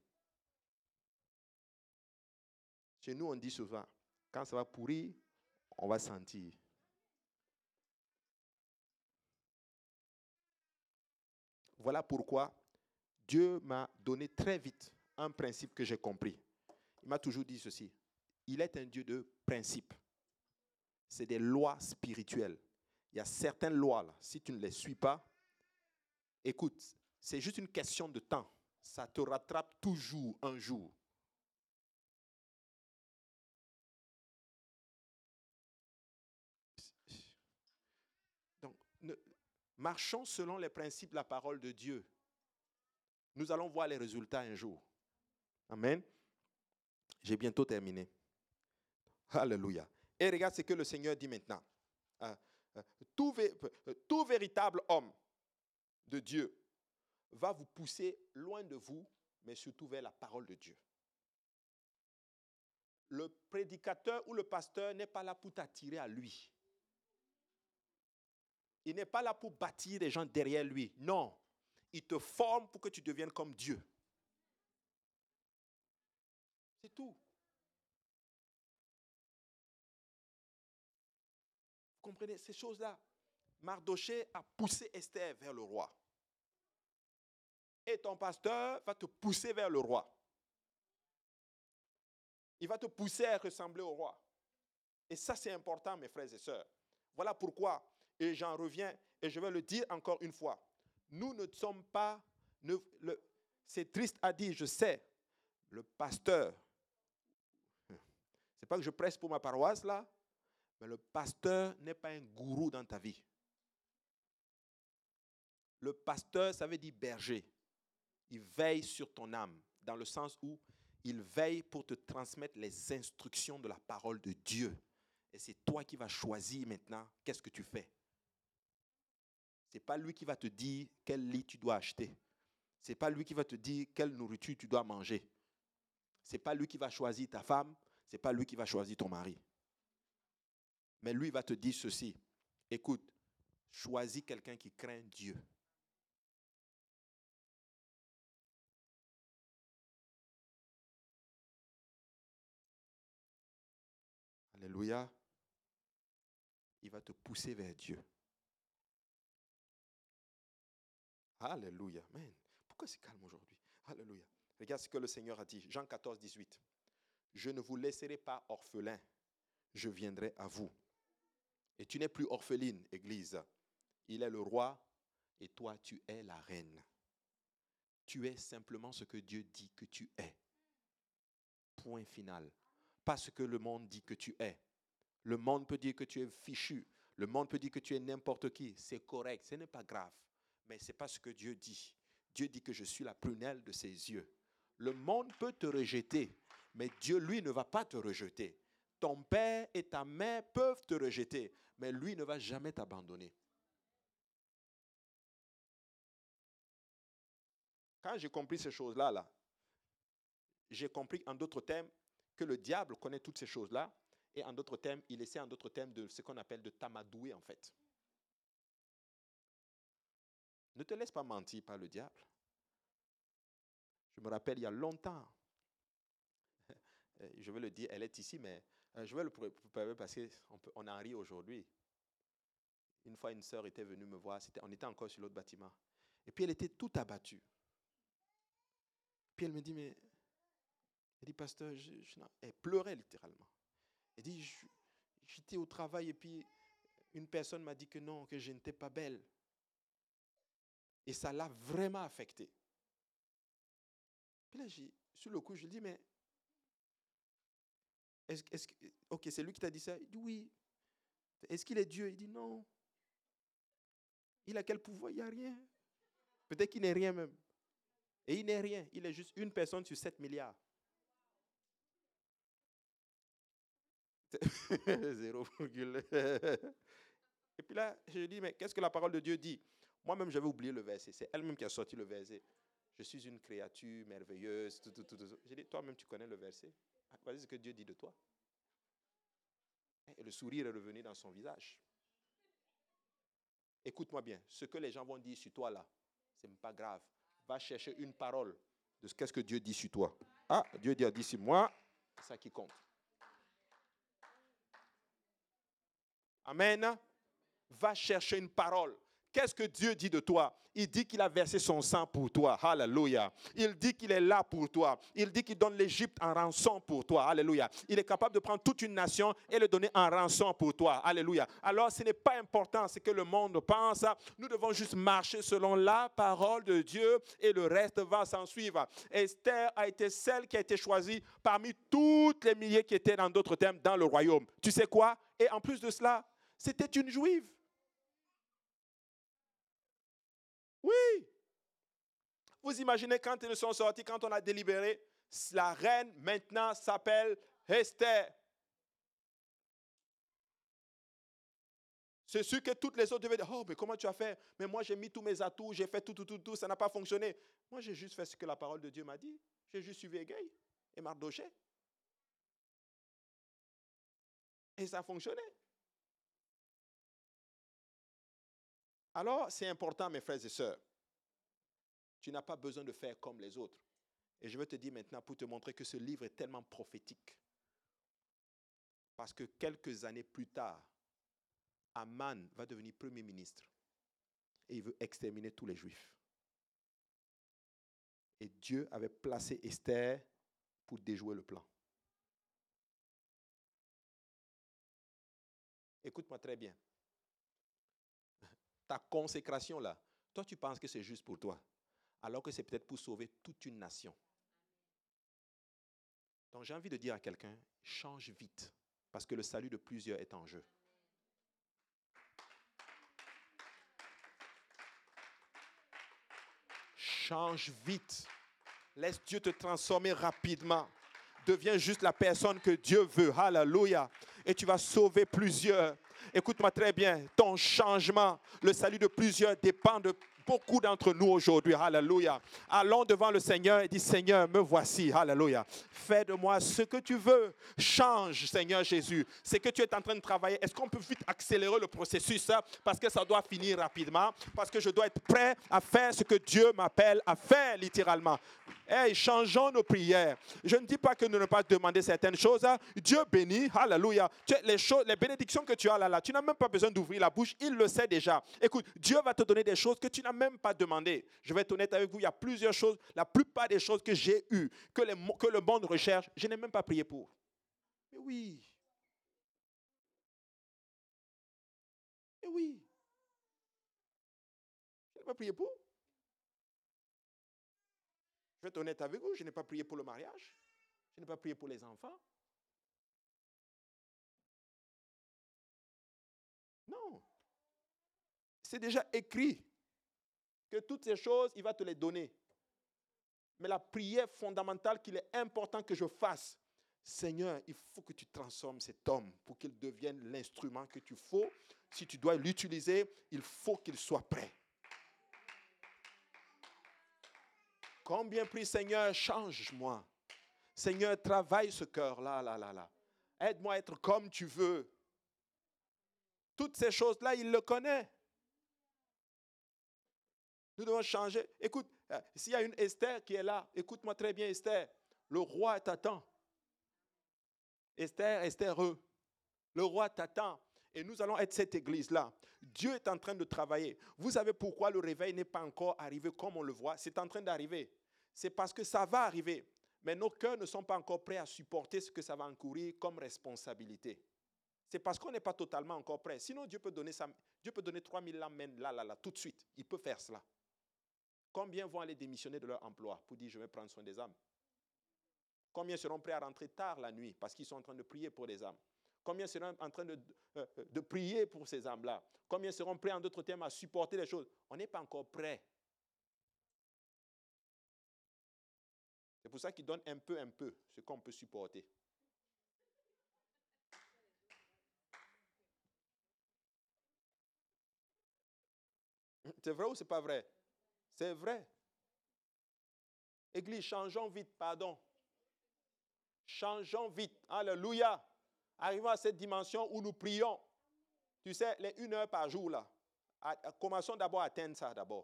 Chez nous, on dit souvent, quand ça va pourrir, on va sentir. Voilà pourquoi Dieu m'a donné très vite un principe que j'ai compris. Il m'a toujours dit ceci. Il est un Dieu de principes. C'est des lois spirituelles. Il y a certaines lois, là, si tu ne les suis pas, écoute, c'est juste une question de temps. Ça te rattrape toujours un jour. Donc, marchons selon les principes de la parole de Dieu. Nous allons voir les résultats un jour. Amen. J'ai bientôt terminé. Alléluia. Et regarde ce que le Seigneur dit maintenant. Tout véritable homme de Dieu va vous pousser loin de vous, mais surtout vers la parole de Dieu. Le prédicateur ou le pasteur n'est pas là pour t'attirer à lui. Il n'est pas là pour bâtir les gens derrière lui. Non. Il te forme pour que tu deviennes comme Dieu. C'est tout. Vous comprenez ces choses-là? Mardoché a poussé Esther vers le roi. Et ton pasteur va te pousser vers le roi. Il va te pousser à ressembler au roi. Et ça, c'est important, mes frères et sœurs. Voilà pourquoi, et j'en reviens, et je vais le dire encore une fois, nous ne sommes pas, c'est triste à dire, je sais, le pasteur, c'est pas que je presse pour ma paroisse là, mais le pasteur n'est pas un gourou dans ta vie. Le pasteur, ça veut dire berger. Il veille sur ton âme, dans le sens où il veille pour te transmettre les instructions de la parole de Dieu. Et c'est toi qui vas choisir maintenant qu'est-ce que tu fais. Ce n'est pas lui qui va te dire quel lit tu dois acheter. Ce n'est pas lui qui va te dire quelle nourriture tu dois manger. Ce n'est pas lui qui va choisir ta femme. Ce n'est pas lui qui va choisir ton mari. Mais lui va te dire ceci. Écoute, choisis quelqu'un qui craint Dieu. Alléluia. Il va te pousser vers Dieu. Alléluia. Amen. Pourquoi c'est calme aujourd'hui? Alléluia. Regarde ce que le Seigneur a dit. Jean 14, 18. Je ne vous laisserai pas orphelin. Je viendrai à vous. Et tu n'es plus orpheline, Église. Il est le roi et toi, tu es la reine. Tu es simplement ce que Dieu dit que tu es. Point final. Pas ce que le monde dit que tu es. Le monde peut dire que tu es fichu. Le monde peut dire que tu es n'importe qui. C'est correct, ce n'est pas grave. Mais ce n'est pas ce que Dieu dit. Dieu dit que je suis la prunelle de ses yeux. Le monde peut te rejeter, mais Dieu, lui, ne va pas te rejeter. Ton père et ta mère peuvent te rejeter, mais lui ne va jamais t'abandonner. Quand j'ai compris ces choses-là, j'ai compris en d'autres termes que le diable connaît toutes ces choses-là et en d'autres termes, il essaie en d'autres termes de ce qu'on appelle de t'amadouer en fait. Ne te laisse pas mentir par le diable. Je me rappelle il y a longtemps, je vais le dire, elle est ici, mais je vais le préparer parce qu'on en rit aujourd'hui. Une fois, une sœur était venue me voir, on était encore sur l'autre bâtiment. Et puis elle était toute abattue. Puis elle me dit, mais... Elle dit, pasteur, elle pleurait littéralement. Elle dit, j'étais au travail et puis une personne m'a dit que non, que je n'étais pas belle. Et ça l'a vraiment affectée. Puis là, sur le coup, je lui dis, mais ok, c'est lui qui t'a dit ça? Il dit, oui. Est-ce qu'il est Dieu? Il dit, non. Il a quel pouvoir? Il n'y a rien. Peut-être qu'il n'est rien même. Et il n'est rien. Il est juste une personne sur 7 milliards. 0, et puis là, je lui dis, mais qu'est-ce que la parole de Dieu dit? Moi-même, j'avais oublié le verset. C'est elle-même qui a sorti le verset. Je suis une créature merveilleuse. Tout. J'ai dit, toi-même, tu connais le verset. Voici ce que Dieu dit de toi. Et le sourire est revenu dans son visage. Écoute-moi bien. Ce que les gens vont dire sur toi là, ce n'est pas grave. Va chercher une parole de ce qu'est-ce que Dieu dit sur toi. Ah, Dieu a dit sur moi, c'est ça qui compte. Amen. Va chercher une parole. Qu'est-ce que Dieu dit de toi? Il dit qu'il a versé son sang pour toi. Alléluia. Il dit qu'il est là pour toi. Il dit qu'il donne l'Égypte en rançon pour toi. Alléluia. Il est capable de prendre toute une nation et le donner en rançon pour toi. Alléluia. Alors, ce n'est pas important ce que le monde pense. Nous devons juste marcher selon la parole de Dieu et le reste va s'en suivre. Esther a été celle qui a été choisie parmi toutes les milliers qui étaient dans d'autres termes dans le royaume. Tu sais quoi? Et en plus de cela, c'était une juive. Oui. Vous imaginez quand ils sont sortis, quand on a délibéré, la reine maintenant s'appelle Esther. C'est sûr que toutes les autres devaient dire, oh, mais comment tu as fait? Mais moi, j'ai mis tous mes atouts, j'ai fait tout, ça n'a pas fonctionné. Moi, j'ai juste fait ce que la parole de Dieu m'a dit. J'ai juste suivi Égay et Mardoché. Et ça a fonctionné. Alors, c'est important, mes frères et sœurs. Tu n'as pas besoin de faire comme les autres. Et je vais te dire maintenant pour te montrer que ce livre est tellement prophétique. Parce que quelques années plus tard, Aman va devenir premier ministre. Et il veut exterminer tous les Juifs. Et Dieu avait placé Esther pour déjouer le plan. Écoute-moi très bien. Ta consécration là, toi tu penses que c'est juste pour toi, alors que c'est peut-être pour sauver toute une nation. Donc j'ai envie de dire à quelqu'un, change vite, parce que le salut de plusieurs est en jeu. Change vite. Laisse Dieu te transformer rapidement. Deviens juste la personne que Dieu veut. Alléluia. Et tu vas sauver plusieurs. Écoute-moi très bien. Ton changement, le salut de plusieurs dépend de beaucoup d'entre nous aujourd'hui. Alléluia. Allons devant le Seigneur et dis, Seigneur, me voici. Alléluia. Fais de moi ce que tu veux. Change, Seigneur Jésus. C'est que tu es en train de travailler. Est-ce qu'on peut vite accélérer le processus? Parce que ça doit finir rapidement. Parce que je dois être prêt à faire ce que Dieu m'appelle à faire littéralement. Hey, changeons nos prières. Je ne dis pas que nous ne pas demander certaines choses. Dieu bénit. Alléluia. Les bénédictions que tu as là, tu n'as même pas besoin d'ouvrir la bouche. Il le sait déjà. Écoute, Dieu va te donner des choses que tu n'as même pas demandées. Je vais être honnête avec vous. Il y a plusieurs choses. La plupart des choses que j'ai eues, que le monde recherche, je n'ai même pas prié pour. Mais oui. Mais oui. Je n'ai pas prié pour. Je vais être honnête avec vous, je n'ai pas prié pour le mariage. Je n'ai pas prié pour les enfants. Non. C'est déjà écrit que toutes ces choses, il va te les donner. Mais la prière fondamentale qu'il est important que je fasse, Seigneur, il faut que tu transformes cet homme pour qu'il devienne l'instrument que tu faut. Si tu dois l'utiliser, il faut qu'il soit prêt. Combien prie, Seigneur, change-moi. Seigneur, travaille ce cœur-là. Aide-moi à être comme tu veux. Toutes ces choses-là, il le connaît. Nous devons changer. Écoute, s'il y a une Esther qui est là, écoute-moi très bien, Esther. Le roi t'attend. Esther, le roi t'attend. Et nous allons être cette église-là. Dieu est en train de travailler. Vous savez pourquoi le réveil n'est pas encore arrivé comme on le voit? C'est en train d'arriver. C'est parce que ça va arriver. Mais nos cœurs ne sont pas encore prêts à supporter ce que ça va encourir comme responsabilité. C'est parce qu'on n'est pas totalement encore prêt. Sinon, Dieu peut donner 3000 âmes là, tout de suite. Il peut faire cela. Combien vont aller démissionner de leur emploi pour dire je vais prendre soin des âmes? Combien seront prêts à rentrer tard la nuit parce qu'ils sont en train de prier pour des âmes? Combien seront en train de prier pour ces âmes-là? Combien seront prêts en d'autres termes à supporter les choses? On n'est pas encore prêt. C'est pour ça qu'il donne un peu, ce qu'on peut supporter. C'est vrai ou c'est pas vrai? C'est vrai. Église, changeons vite, pardon. Changeons vite. Alléluia. Arrivons à cette dimension où nous prions. Tu sais, les 1 heure par jour, là. Commençons d'abord à atteindre ça d'abord.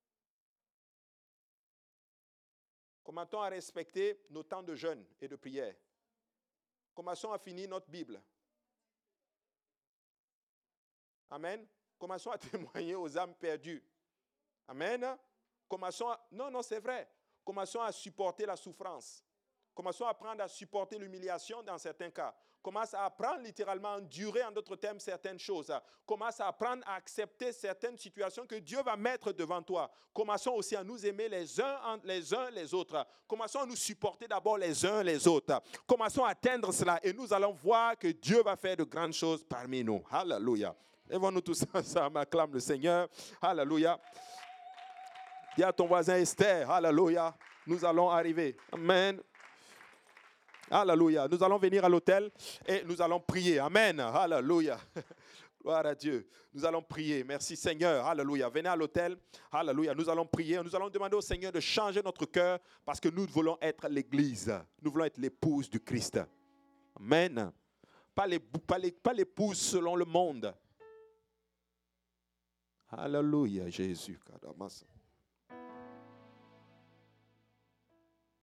Commençons à respecter nos temps de jeûne et de prière. Commençons à finir notre Bible. Amen. Commençons à témoigner aux âmes perdues. Amen. Commençons à... Non, c'est vrai. Commençons à supporter la souffrance. Commençons à apprendre à supporter l'humiliation dans certains cas. Commence à apprendre littéralement à endurer, en d'autres termes, certaines choses. Commence à apprendre à accepter certaines situations que Dieu va mettre devant toi. Commençons aussi à nous aimer les uns les autres. Commençons à nous supporter d'abord les uns les autres. Commençons à atteindre cela et nous allons voir que Dieu va faire de grandes choses parmi nous. Alléluia. Lèvons-nous tous ensemble, acclame le Seigneur. Alléluia. Dis à ton voisin Esther, alléluia. Nous allons arriver. Amen. Alléluia. Nous allons venir à l'autel et nous allons prier. Amen. Alléluia. Gloire à Dieu. Nous allons prier. Merci Seigneur. Alléluia. Venez à l'autel. Alléluia. Nous allons prier. Nous allons demander au Seigneur de changer notre cœur parce que nous voulons être l'église. Nous voulons être l'épouse du Christ. Amen. Pas l'épouse selon le monde. Alléluia, Jésus.